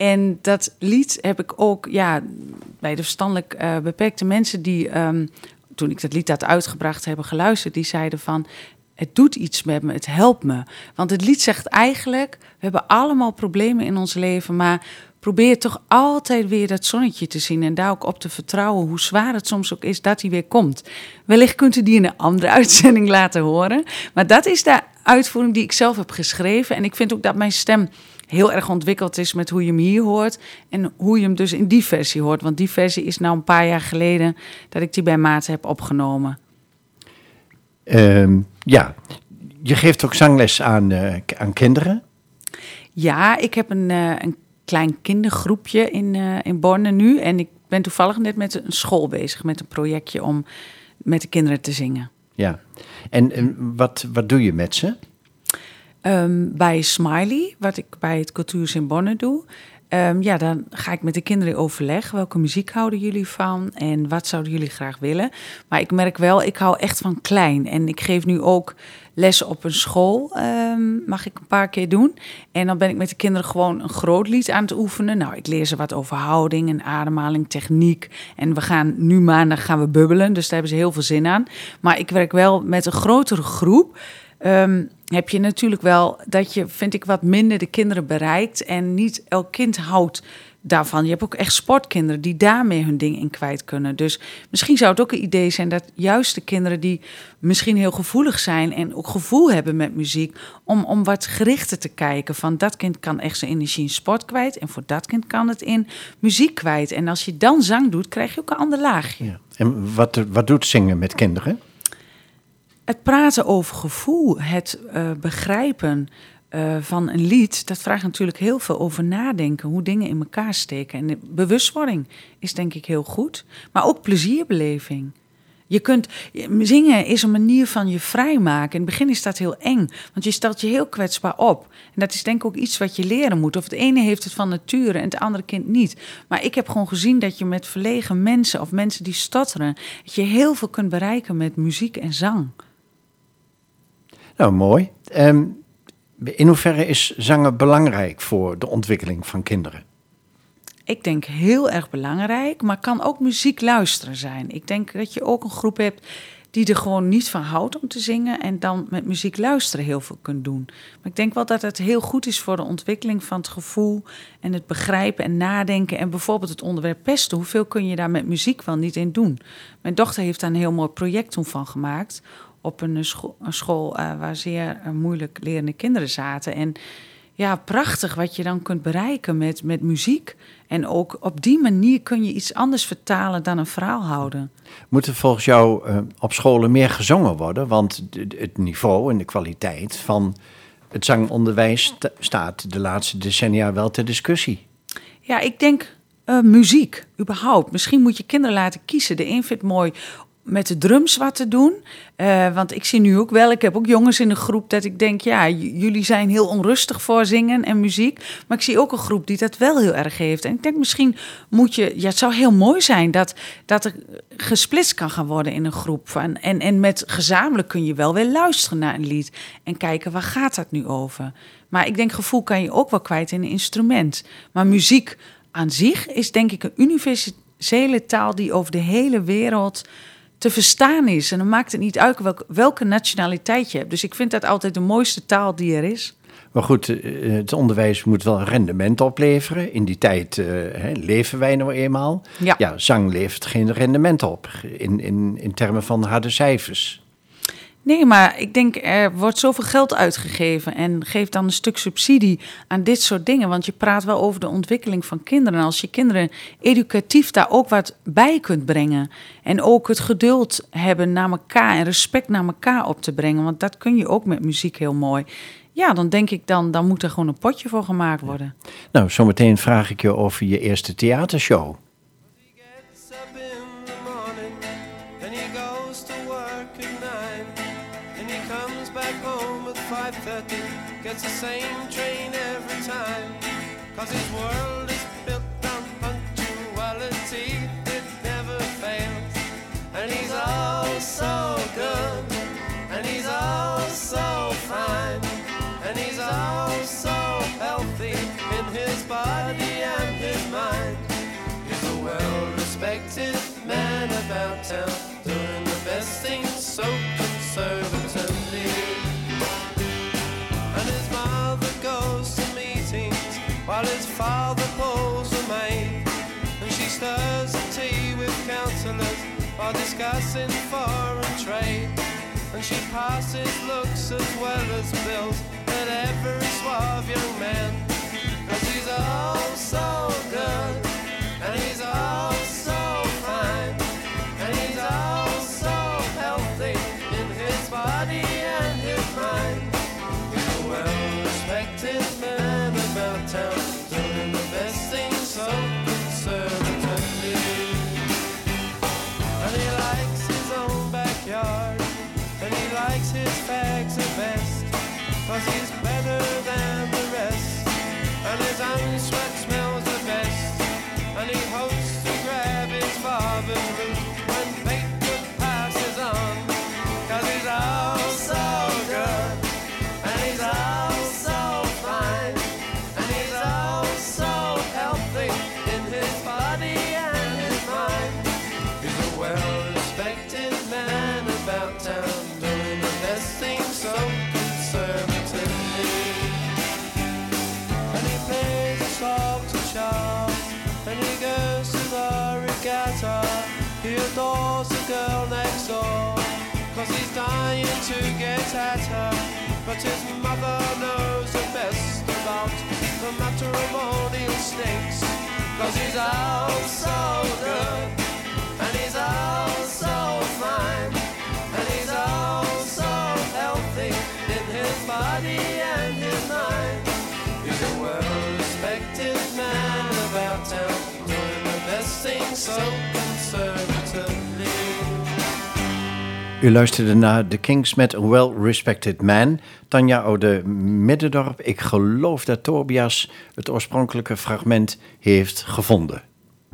S2: En dat lied heb ik ook ja, bij de verstandelijk uh, beperkte mensen die, um, toen ik dat lied had uitgebracht, hebben geluisterd, die zeiden van, het doet iets met me, het helpt me. Want het lied zegt eigenlijk, we hebben allemaal problemen in ons leven, maar probeer toch altijd weer dat zonnetje te zien en daar ook op te vertrouwen, hoe zwaar het soms ook is, dat hij weer komt. Wellicht kunt u die in een andere uitzending laten horen. Maar dat is de uitvoering die ik zelf heb geschreven. En ik vind ook dat mijn stem heel erg ontwikkeld is met hoe je hem hier hoort en hoe je hem dus in die versie hoort. Want die versie is nou een paar jaar geleden dat ik die bij Maarten heb opgenomen.
S1: Um, ja, je geeft ook zangles aan, uh, aan kinderen?
S2: Ja, ik heb een, uh, een klein kindergroepje in, uh, in Borne nu. En ik ben toevallig net met een school bezig, met een projectje om met de kinderen te zingen.
S1: Ja, en, en wat, wat doe je met ze?
S2: Um, bij Smiley, wat ik bij het Cultuurs in Borne doe. Um, ja, dan ga ik met de kinderen in overleg. Welke muziek houden jullie van en wat zouden jullie graag willen? Maar ik merk wel, ik hou echt van klein. En ik geef nu ook les op een school, um, mag ik een paar keer doen. En dan ben ik met de kinderen gewoon een groot lied aan het oefenen. Nou, ik leer ze wat over houding en ademhaling, techniek. En we gaan nu maandag gaan we bubbelen, dus daar hebben ze heel veel zin aan. Maar ik werk wel met een grotere groep. Um, heb je natuurlijk wel dat je, vind ik, wat minder de kinderen bereikt. En niet elk kind houdt daarvan. Je hebt ook echt sportkinderen die daarmee hun ding in kwijt kunnen. Dus misschien zou het ook een idee zijn dat juist de kinderen die misschien heel gevoelig zijn en ook gevoel hebben met muziek, om, om wat gerichter te kijken. Van dat kind kan echt zijn energie in sport kwijt en voor dat kind kan het in muziek kwijt. En als je dan zang doet, krijg je ook een ander laagje.
S1: Ja. En wat, wat doet zingen met kinderen?
S2: Het praten over gevoel, het uh, begrijpen uh, van een lied, dat vraagt natuurlijk heel veel over nadenken, hoe dingen in elkaar steken. En de bewustwording is denk ik heel goed, maar ook plezierbeleving. Je kunt, zingen is een manier van je vrijmaken. In het begin is dat heel eng, want je stelt je heel kwetsbaar op. En dat is denk ik ook iets wat je leren moet. Of het ene heeft het van nature en het andere kind niet. Maar ik heb gewoon gezien dat je met verlegen mensen of mensen die stotteren, dat je heel veel kunt bereiken met muziek en zang.
S1: Nou, mooi. Um, in hoeverre is zangen belangrijk voor de ontwikkeling van kinderen?
S2: Ik denk heel erg belangrijk, maar kan ook muziek luisteren zijn. Ik denk dat je ook een groep hebt die er gewoon niet van houdt om te zingen en dan met muziek luisteren heel veel kunt doen. Maar ik denk wel dat het heel goed is voor de ontwikkeling van het gevoel en het begrijpen en nadenken. En bijvoorbeeld het onderwerp pesten, hoeveel kun je daar met muziek wel niet in doen? Mijn dochter heeft daar een heel mooi project toen van gemaakt op een school, een school uh, waar zeer uh, moeilijk lerende kinderen zaten. En ja, prachtig wat je dan kunt bereiken met, met muziek. En ook op die manier kun je iets anders vertalen dan een verhaal houden.
S1: Moet er volgens jou uh, op scholen meer gezongen worden? Want het niveau en de kwaliteit van het zangonderwijs st- staat de laatste decennia wel ter discussie.
S2: Ja, ik denk uh, muziek, überhaupt. Misschien moet je kinderen laten kiezen. De een vindt mooi met de drums wat te doen. Uh, want ik zie nu ook wel, ik heb ook jongens in de groep dat ik denk, ja, j- jullie zijn heel onrustig voor zingen en muziek. Maar ik zie ook een groep die dat wel heel erg heeft. En ik denk misschien moet je, ja, het zou heel mooi zijn dat, dat er gesplitst kan gaan worden in een groep. Van, en, en met gezamenlijk kun je wel weer luisteren naar een lied en kijken, waar gaat dat nu over? Maar ik denk, gevoel kan je ook wel kwijt in een instrument. Maar muziek aan zich is denk ik een universele taal die over de hele wereld te verstaan is. En dan maakt het niet uit welke, welke nationaliteit je hebt. Dus ik vind dat altijd de mooiste taal die er is.
S1: Maar goed, het onderwijs moet wel rendement opleveren. In die tijd uh, hè, leven wij nou eenmaal.
S2: Ja.
S1: ja, zang levert geen rendement op in, in, in termen van harde cijfers.
S2: Nee, maar ik denk, er wordt zoveel geld uitgegeven en geef dan een stuk subsidie aan dit soort dingen. Want je praat wel over de ontwikkeling van kinderen. En als je kinderen educatief daar ook wat bij kunt brengen en ook het geduld hebben naar elkaar en respect naar elkaar op te brengen, want dat kun je ook met muziek heel mooi. Ja, dan denk ik, dan, dan moet er gewoon een potje voor gemaakt worden.
S1: Nou, zometeen vraag ik je over je eerste theatershow.
S5: Gets the same train every time, cause his world is built on punctuality, it never fails. And he's all so good, and he's all so fine, and he's all so healthy in his body respected man about town, doing the best things so conservatively. And his mother goes to meetings while his father pulls the maid, and she stirs the tea with counsellors while discussing foreign trade. And she passes looks as well as bills at every suave young man, 'cause he's all so good, and he's all so fine, and he's all so healthy in his body and his mind. He's a well-respected man about town, doing the best things so conservatively. And he likes his own backyard, and he likes his fags the best, 'cause he's better than the rest, and his unsweat smells the best. And he hopes to grab his father's root when fate passes on, 'cause he's all so good, and he's all so fine, and he's all so healthy in his body and his mind. He's a well-respected man about town, doing the best things so conservatively. And he plays a song to Charles, and he goes to the regatta. He adores the girl next door, 'cause he's dying to get at her. But his mother knows the best about the matrimonial snakes, 'cause he's all so good, and he's all so fine, and he's all so healthy in his body and his mind. He's a well-respected man about town, doing the best things so conservatively.
S1: U luisterde naar The Kings met A Well-Respected Man. Tanja Oude Middendorp. Ik geloof dat Tobias het oorspronkelijke fragment heeft gevonden.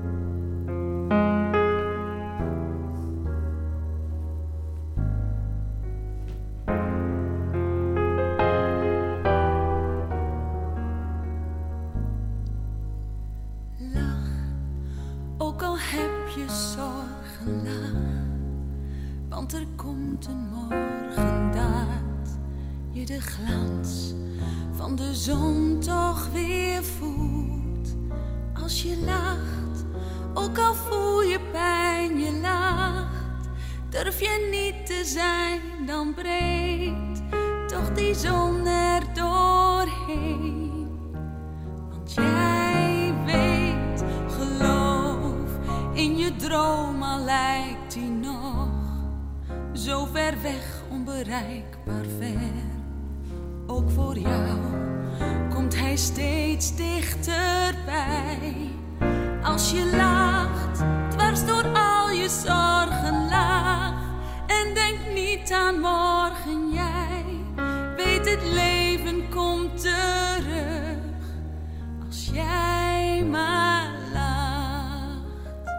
S3: Ook al heb je zorgen, lach, want er komt een morgen dat je de glans van de zon toch weer voelt. Als je lacht, ook al voel je pijn, je lacht, durf je niet te zijn, dan breekt toch die zon er doorheen. Want jij weet, geloof in je droom, al lijkt die nog zo ver weg, onbereikbaar ver. Ook voor jou komt hij steeds dichterbij. Als je lacht, dwars door al je zorgen laag, en denk niet aan morgen, jij weet het leven komt terug. Als jij maar lacht.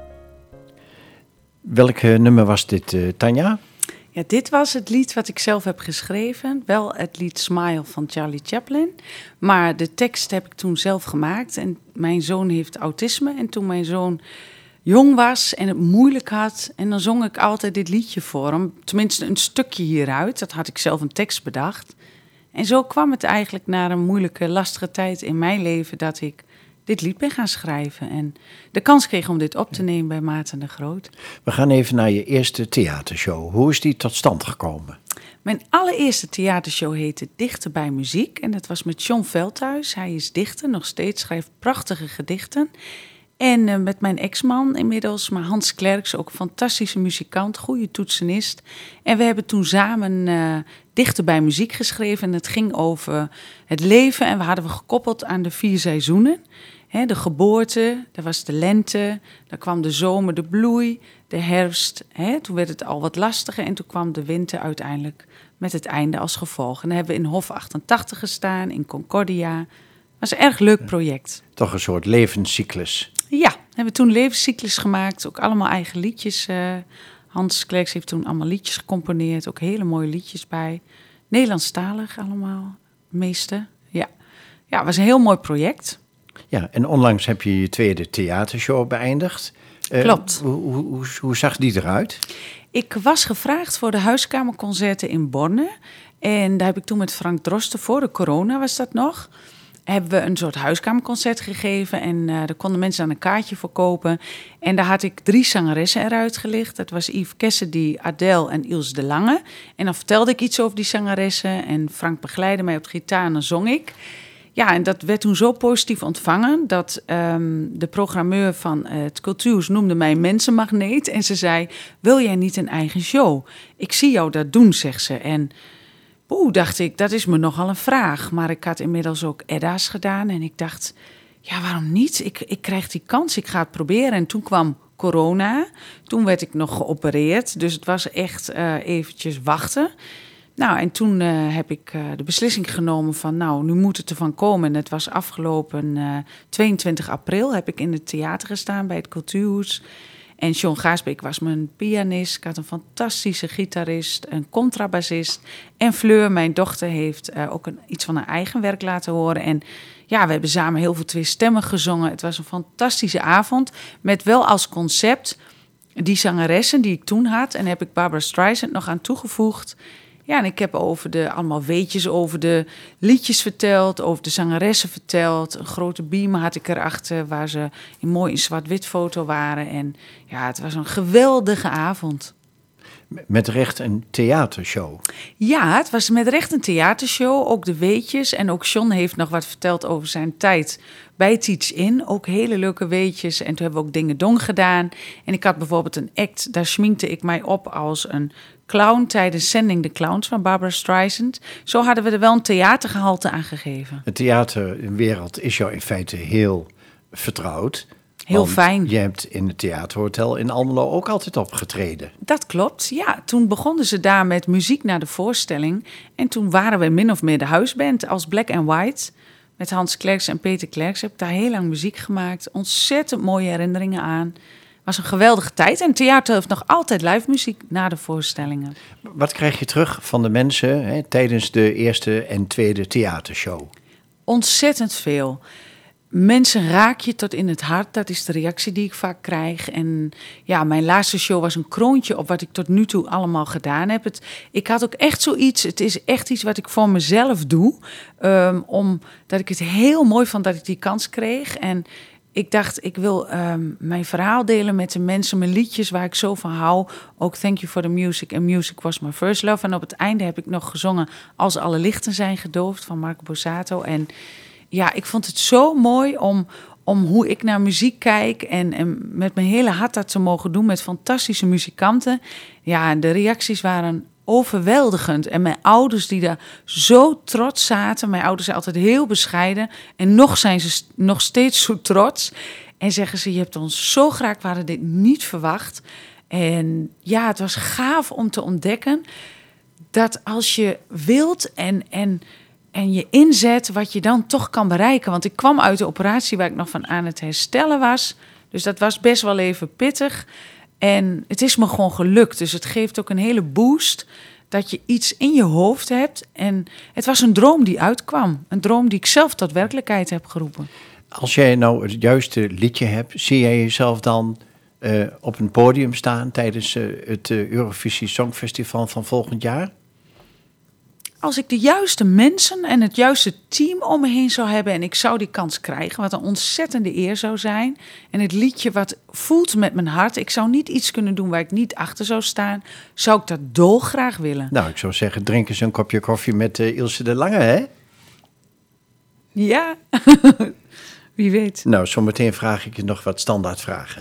S1: Welk uh, nummer was dit, uh, Tanja?
S2: Ja, dit was het lied wat ik zelf heb geschreven. Wel het lied Smile van Charlie Chaplin. Maar de tekst heb ik toen zelf gemaakt. En mijn zoon heeft autisme. En toen mijn zoon jong was en het moeilijk had, en dan zong ik altijd dit liedje voor hem. Tenminste een stukje hieruit. Dat had ik zelf een tekst bedacht. En zo kwam het eigenlijk na een moeilijke, lastige tijd in mijn leven dat ik dit lied ben gaan schrijven. En de kans kreeg om dit op te nemen bij Maarten de Groot.
S1: We gaan even naar je eerste theatershow. Hoe is die tot stand gekomen?
S2: Mijn allereerste theatershow heette Dichter bij Muziek. En dat was met John Veldhuis. Hij is dichter, nog steeds, schrijft prachtige gedichten. En uh, met mijn ex-man inmiddels, maar Hans Klerks, ook een fantastische muzikant, goede toetsenist. En we hebben toen samen uh, Dichter bij Muziek geschreven. En het ging over het leven en we hadden we gekoppeld aan de vier seizoenen. He, de geboorte, daar was de lente, daar kwam de zomer, de bloei, de herfst. He, toen werd het al wat lastiger en toen kwam de winter uiteindelijk met het einde als gevolg. En dan hebben we in Hof achtentachtig gestaan, in Concordia. Dat was een erg leuk project.
S1: Toch een soort levenscyclus.
S2: Ja, we hebben toen levenscyclus gemaakt, ook allemaal eigen liedjes. Uh, Hans Klerks heeft toen allemaal liedjes gecomponeerd, ook hele mooie liedjes bij. Nederlandstalig allemaal, de meeste. Ja, ja, het was een heel mooi project.
S1: Ja, en onlangs heb je je tweede theatershow beëindigd. Uh,
S2: Klopt.
S1: Hoe, hoe, hoe, hoe zag die eruit?
S2: Ik was gevraagd voor de huiskamerconcerten in Borne. En daar heb ik toen met Frank Drosten, voor de corona was dat nog, hebben we een soort huiskamerconcert gegeven. En uh, daar konden mensen aan een kaartje voor kopen. En daar had ik drie zangeressen eruit gelicht. Dat was Yves Cassidy, Adele en Ilse de Lange. En dan vertelde ik iets over die zangeressen. En Frank begeleidde mij op de gitaar en dan zong ik. Ja, en dat werd toen zo positief ontvangen dat um, de programmeur van uh, het Cultuurhuis noemde mij mensenmagneet. En ze zei, wil jij niet een eigen show? Ik zie jou dat doen, zegt ze. En oeh, dacht ik, dat is me nogal een vraag. Maar ik had inmiddels ook Edda's gedaan en ik dacht, ja, waarom niet? Ik, ik krijg die kans, ik ga het proberen. En toen kwam corona, toen werd ik nog geopereerd. Dus het was echt uh, eventjes wachten. Nou, en toen uh, heb ik uh, de beslissing genomen van, nou, nu moet het ervan komen. En het was afgelopen uh, tweeëntwintig april, heb ik in het theater gestaan bij het Cultuurhuis. En John Gaasbeek was mijn pianist. Ik had een fantastische gitarist, een contrabassist. En Fleur, mijn dochter, heeft uh, ook een, iets van haar eigen werk laten horen. En ja, we hebben samen heel veel twee stemmen gezongen. Het was een fantastische avond, met wel als concept die zangeressen die ik toen had. En heb ik Barbra Streisand nog aan toegevoegd. Ja, en ik heb over de, allemaal weetjes over de liedjes verteld, over de zangeressen verteld. Een grote beamer had ik erachter, waar ze in mooi in zwart-wit foto waren. En ja, het was een geweldige avond.
S1: Met recht een theatershow.
S2: Ja, het was met recht een theatershow, ook de weetjes. En ook John heeft nog wat verteld over zijn tijd bij Teach In. Ook hele leuke weetjes. En toen hebben we ook Dingen Dong gedaan. En ik had bijvoorbeeld een act, daar schminkte ik mij op als een clown tijdens Sending the Clowns van Barbra Streisand. Zo hadden we er wel een theatergehalte aan gegeven.
S1: De theaterwereld is jou in feite heel vertrouwd.
S2: Heel fijn.
S1: Je hebt in het theaterhotel in Almelo ook altijd opgetreden.
S2: Dat klopt, ja. Toen begonnen ze daar met muziek naar de voorstelling. En toen waren we min of meer de huisband als Black and White. Met Hans Klerks en Peter Klerks heb ik daar heel lang muziek gemaakt. Ontzettend mooie herinneringen aan. Was een geweldige tijd. En het theater heeft nog altijd live muziek na de voorstellingen.
S1: Wat krijg je terug van de mensen hè, tijdens de eerste en tweede theatershow?
S2: Ontzettend veel. Mensen raak je tot in het hart. Dat is de reactie die ik vaak krijg. En ja, mijn laatste show was een kroontje op wat ik tot nu toe allemaal gedaan heb. Het, ik had ook echt zoiets. Het is echt iets wat ik voor mezelf doe. Um, omdat ik het heel mooi vond dat ik die kans kreeg. En ik dacht, ik wil um, mijn verhaal delen met de mensen, mijn liedjes waar ik zo van hou. Ook Thank You for the Music and Music Was My First Love. En op het einde heb ik nog gezongen Als alle lichten zijn gedoofd van Marco Borsato. En ja, ik vond het zo mooi om, om hoe ik naar muziek kijk en, en met mijn hele hart dat te mogen doen met fantastische muzikanten. Ja, de reacties waren overweldigend. En mijn ouders die daar zo trots zaten. Mijn ouders zijn altijd heel bescheiden. En nog zijn ze st- nog steeds zo trots. En zeggen ze, je hebt ons zo graag, we hadden dit niet verwacht. En ja, het was gaaf om te ontdekken dat als je wilt en, en, en je inzet, wat je dan toch kan bereiken. Want ik kwam uit de operatie waar ik nog van aan het herstellen was. Dus dat was best wel even pittig. En het is me gewoon gelukt. Dus het geeft ook een hele boost dat je iets in je hoofd hebt. En het was een droom die uitkwam. Een droom die ik zelf tot werkelijkheid heb geroepen.
S1: Als jij nou het juiste liedje hebt, zie jij jezelf dan uh, op een podium staan tijdens uh, het uh, Eurovisie Songfestival van volgend jaar?
S2: Als ik de juiste mensen en het juiste team om me heen zou hebben en ik zou die kans krijgen, wat een ontzettende eer zou zijn. En het liedje wat voelt met mijn hart, ik zou niet iets kunnen doen waar ik niet achter zou staan, zou ik dat dolgraag willen.
S1: Nou, ik zou zeggen, drink eens een kopje koffie met uh, Ilse de Lange, hè?
S2: Ja, wie weet.
S1: Nou, zometeen vraag ik je nog wat standaardvragen.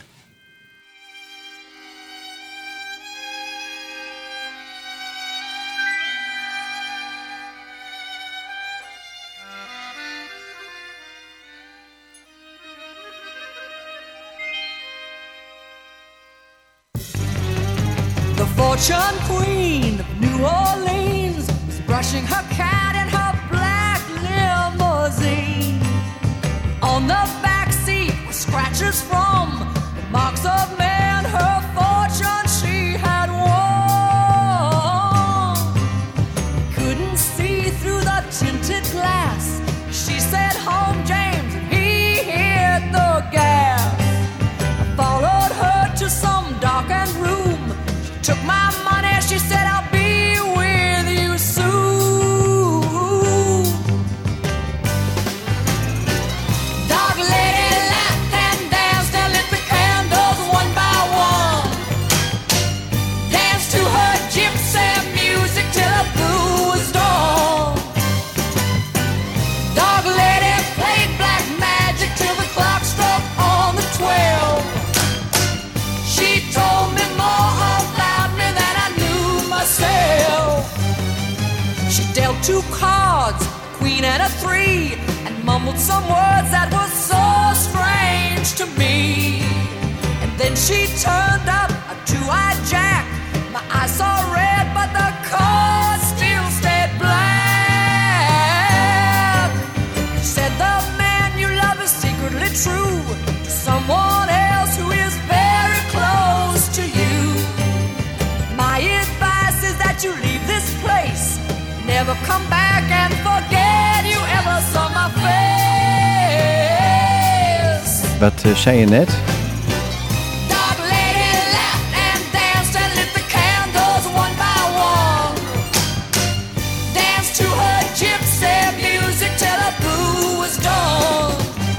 S6: The fortune queen of New Orleans was brushing her cat in her black limousine. On the back seat were scratches from the marks of man, her fortune she had won. Couldn't see through the tinted glass. She said, "Home, James," and he hit the gas. I followed her two cards, queen and a three, and mumbled some words that were so strange to me. And then she turned up a two-eyed jack. My eyes saw red, but the card still stayed black. You said the man you love is secretly true to someone else who is very close to you. My advice is that you leave this place, never come back and forget you ever saw my face.
S1: Wat uh, zei je net?
S6: Dark lady laughed and danced and lit the candles one by one. Danced to her gypsy music till the boo was done.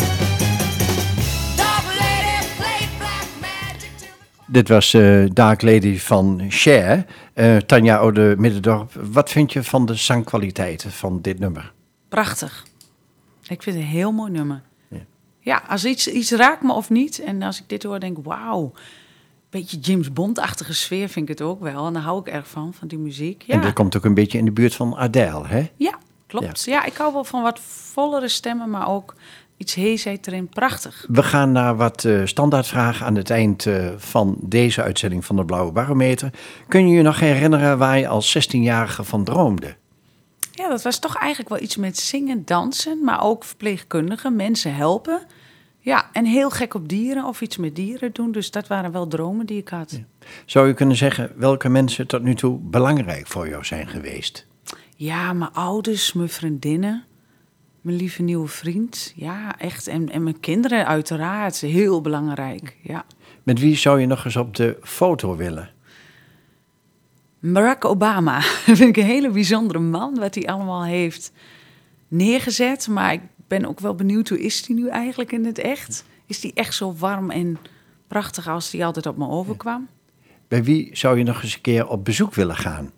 S6: Dark lady played black magic till the...
S1: Dit was uh, Dark Lady van Cher. Uh, Tanja Oude Middendorp, wat vind je van de zangkwaliteiten van dit nummer?
S2: Prachtig. Ik vind het een heel mooi nummer.
S1: Ja.
S2: Ja, als iets, iets raakt me of niet. En als ik dit hoor, denk ik, wauw. Beetje James Bond-achtige sfeer vind ik het ook wel. En daar hou ik erg van, van die muziek. Ja,
S1: En dit komt ook een beetje in de buurt van Adele, hè?
S2: ja klopt. Ja. ik hou wel van wat vollere stemmen, maar ook iets heesheid erin. Prachtig.
S1: We gaan naar wat uh, standaardvragen aan het eind uh, van deze uitzending van de Blauwe Barometer. Kun je je nog herinneren waar je als zestienjarige van droomde?
S2: Ja, dat was toch eigenlijk wel iets met zingen, dansen, maar ook verpleegkundigen, mensen helpen. Ja, en heel gek op dieren of iets met dieren doen. Dus dat waren wel dromen die ik had. Ja,
S1: Zou je kunnen zeggen welke mensen tot nu toe belangrijk voor jou zijn geweest?
S2: ja mijn ouders, mijn vriendinnen, mijn lieve nieuwe vriend. Ja, echt. En, en mijn kinderen uiteraard. Heel belangrijk, ja.
S1: Met wie zou je nog eens op de foto willen?
S2: Barack Obama. Dat vind ik een hele bijzondere man, wat hij allemaal heeft neergezet. Maar ik ben ook wel benieuwd, hoe is hij nu eigenlijk in het echt? Is hij echt zo warm en prachtig als hij altijd op me overkwam?
S1: Bij wie zou je nog eens een keer op bezoek willen gaan?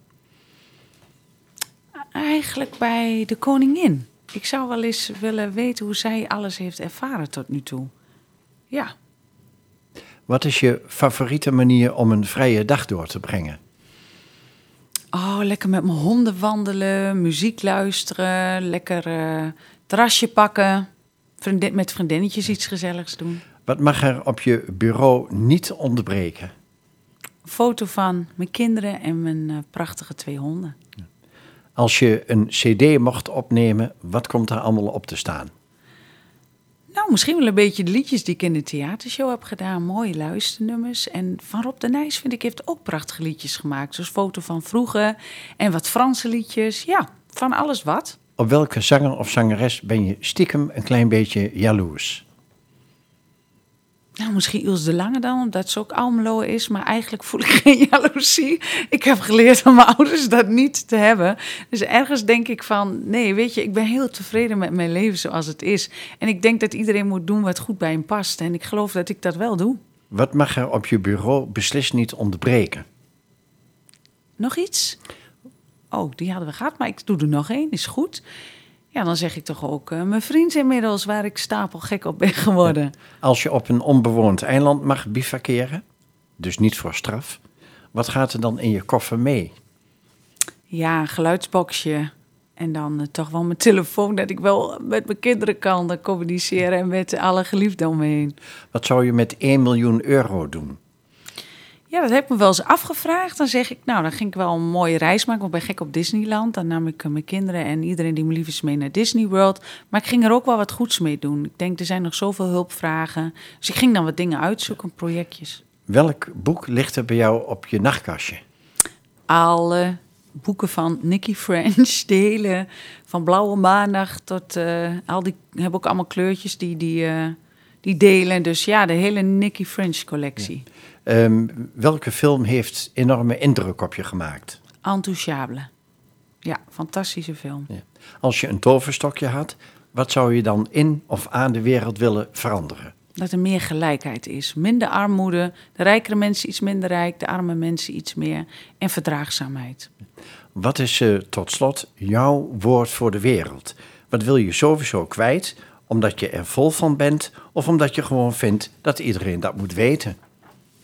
S2: Eigenlijk bij de koningin. Ik zou wel eens willen weten hoe zij alles heeft ervaren tot nu toe. Ja.
S1: Wat is je favoriete manier om een vrije dag door te brengen?
S2: Oh, lekker met mijn honden wandelen, muziek luisteren, lekker uh, terrasje pakken, vriendin, met vriendinnetjes iets gezelligs doen.
S1: Wat mag er op je bureau niet ontbreken?
S2: Een foto van mijn kinderen en mijn uh, prachtige twee honden.
S1: Als je een cd mocht opnemen, wat komt daar allemaal op te staan?
S2: Nou, misschien wel een beetje de liedjes die ik in de theatershow heb gedaan. Mooie luisternummers. En Van Rob de Nijs, vind ik, heeft ook prachtige liedjes gemaakt. Zoals foto van vroeger en wat Franse liedjes. Ja, van alles wat.
S1: Op welke zanger of zangeres ben je stiekem een klein beetje jaloers?
S2: Nou, misschien Ilse de Lange dan, omdat ze ook Almelo is. Maar eigenlijk voel ik geen jaloezie. Ik heb geleerd van mijn ouders dat niet te hebben. Dus ergens denk ik van, nee, weet je, ik ben heel tevreden met mijn leven zoals het is. En ik denk dat iedereen moet doen wat goed bij hem past. En ik geloof dat ik dat wel doe.
S1: Wat mag er op je bureau beslist niet ontbreken?
S2: Nog iets? Oh, die hadden we gehad, maar ik doe er nog één, is goed. Ja, dan zeg ik toch ook uh, mijn vriend inmiddels, waar ik stapelgek op ben geworden.
S1: Als je op een onbewoond eiland mag bivakeren, dus niet voor straf, wat gaat er dan in je koffer mee?
S2: Ja, een geluidsboxje. En dan uh, toch wel mijn telefoon, dat ik wel met mijn kinderen kan uh, communiceren en met alle geliefden om me heen.
S1: Wat zou je met één miljoen euro doen?
S2: Ja, dat heb ik me wel eens afgevraagd. Dan zeg ik, nou, dan ging ik wel een mooie reis maken. Ik ben gek op Disneyland. Dan nam ik uh, mijn kinderen en iedereen die me lief is mee naar Disney World. Maar ik ging er ook wel wat goeds mee doen. Ik denk, er zijn nog zoveel hulpvragen. Dus ik ging dan wat dingen uitzoeken, projectjes.
S1: Welk boek ligt er bij jou op je nachtkastje?
S2: Alle boeken van Nicky French, de hele, van Blauwe Maandag tot, uh, al die, hebben ook allemaal kleurtjes die, die, uh, die delen. Dus ja, de hele Nicky French collectie.
S1: Ja. Um, welke film heeft enorme indruk op je gemaakt?
S2: Intouchable. Ja, fantastische film.
S1: Ja. Als je een toverstokje had, wat zou je dan in of aan de wereld willen veranderen?
S2: Dat er meer gelijkheid is. Minder armoede, de rijkere mensen iets minder rijk, de arme mensen iets meer. En verdraagzaamheid.
S1: Wat is uh, tot slot jouw woord voor de wereld? Wat wil je sowieso kwijt, omdat je er vol van bent of omdat je gewoon vindt dat iedereen dat moet weten?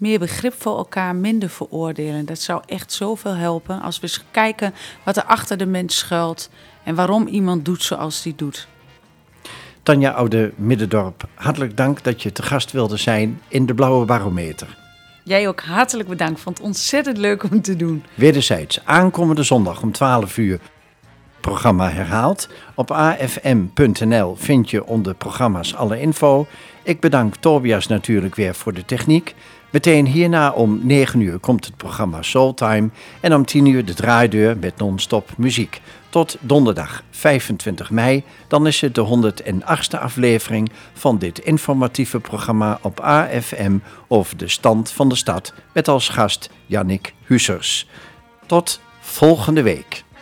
S2: meer begrip voor elkaar, minder veroordelen. Dat zou echt zoveel helpen als we eens kijken wat er achter de mens schuilt en waarom iemand doet zoals hij doet.
S1: Tanja Oude-Middendorp, hartelijk dank dat je te gast wilde zijn in de Blauwe Barometer.
S2: Jij ook hartelijk bedankt. Vond het ontzettend leuk om te doen.
S1: Wederzijds, aankomende zondag om twaalf uur, programma herhaald. Op a f m punt n l vind je onder programma's alle info. Ik bedank Tobias natuurlijk weer voor de techniek. Meteen hierna om negen uur komt het programma Soultime en om tien uur de draaideur met non-stop muziek. Tot donderdag vijfentwintig mei, dan is het de honderdachtste aflevering van dit informatieve programma op A F M over de stand van de stad met als gast Jannik Hussers. Tot volgende week.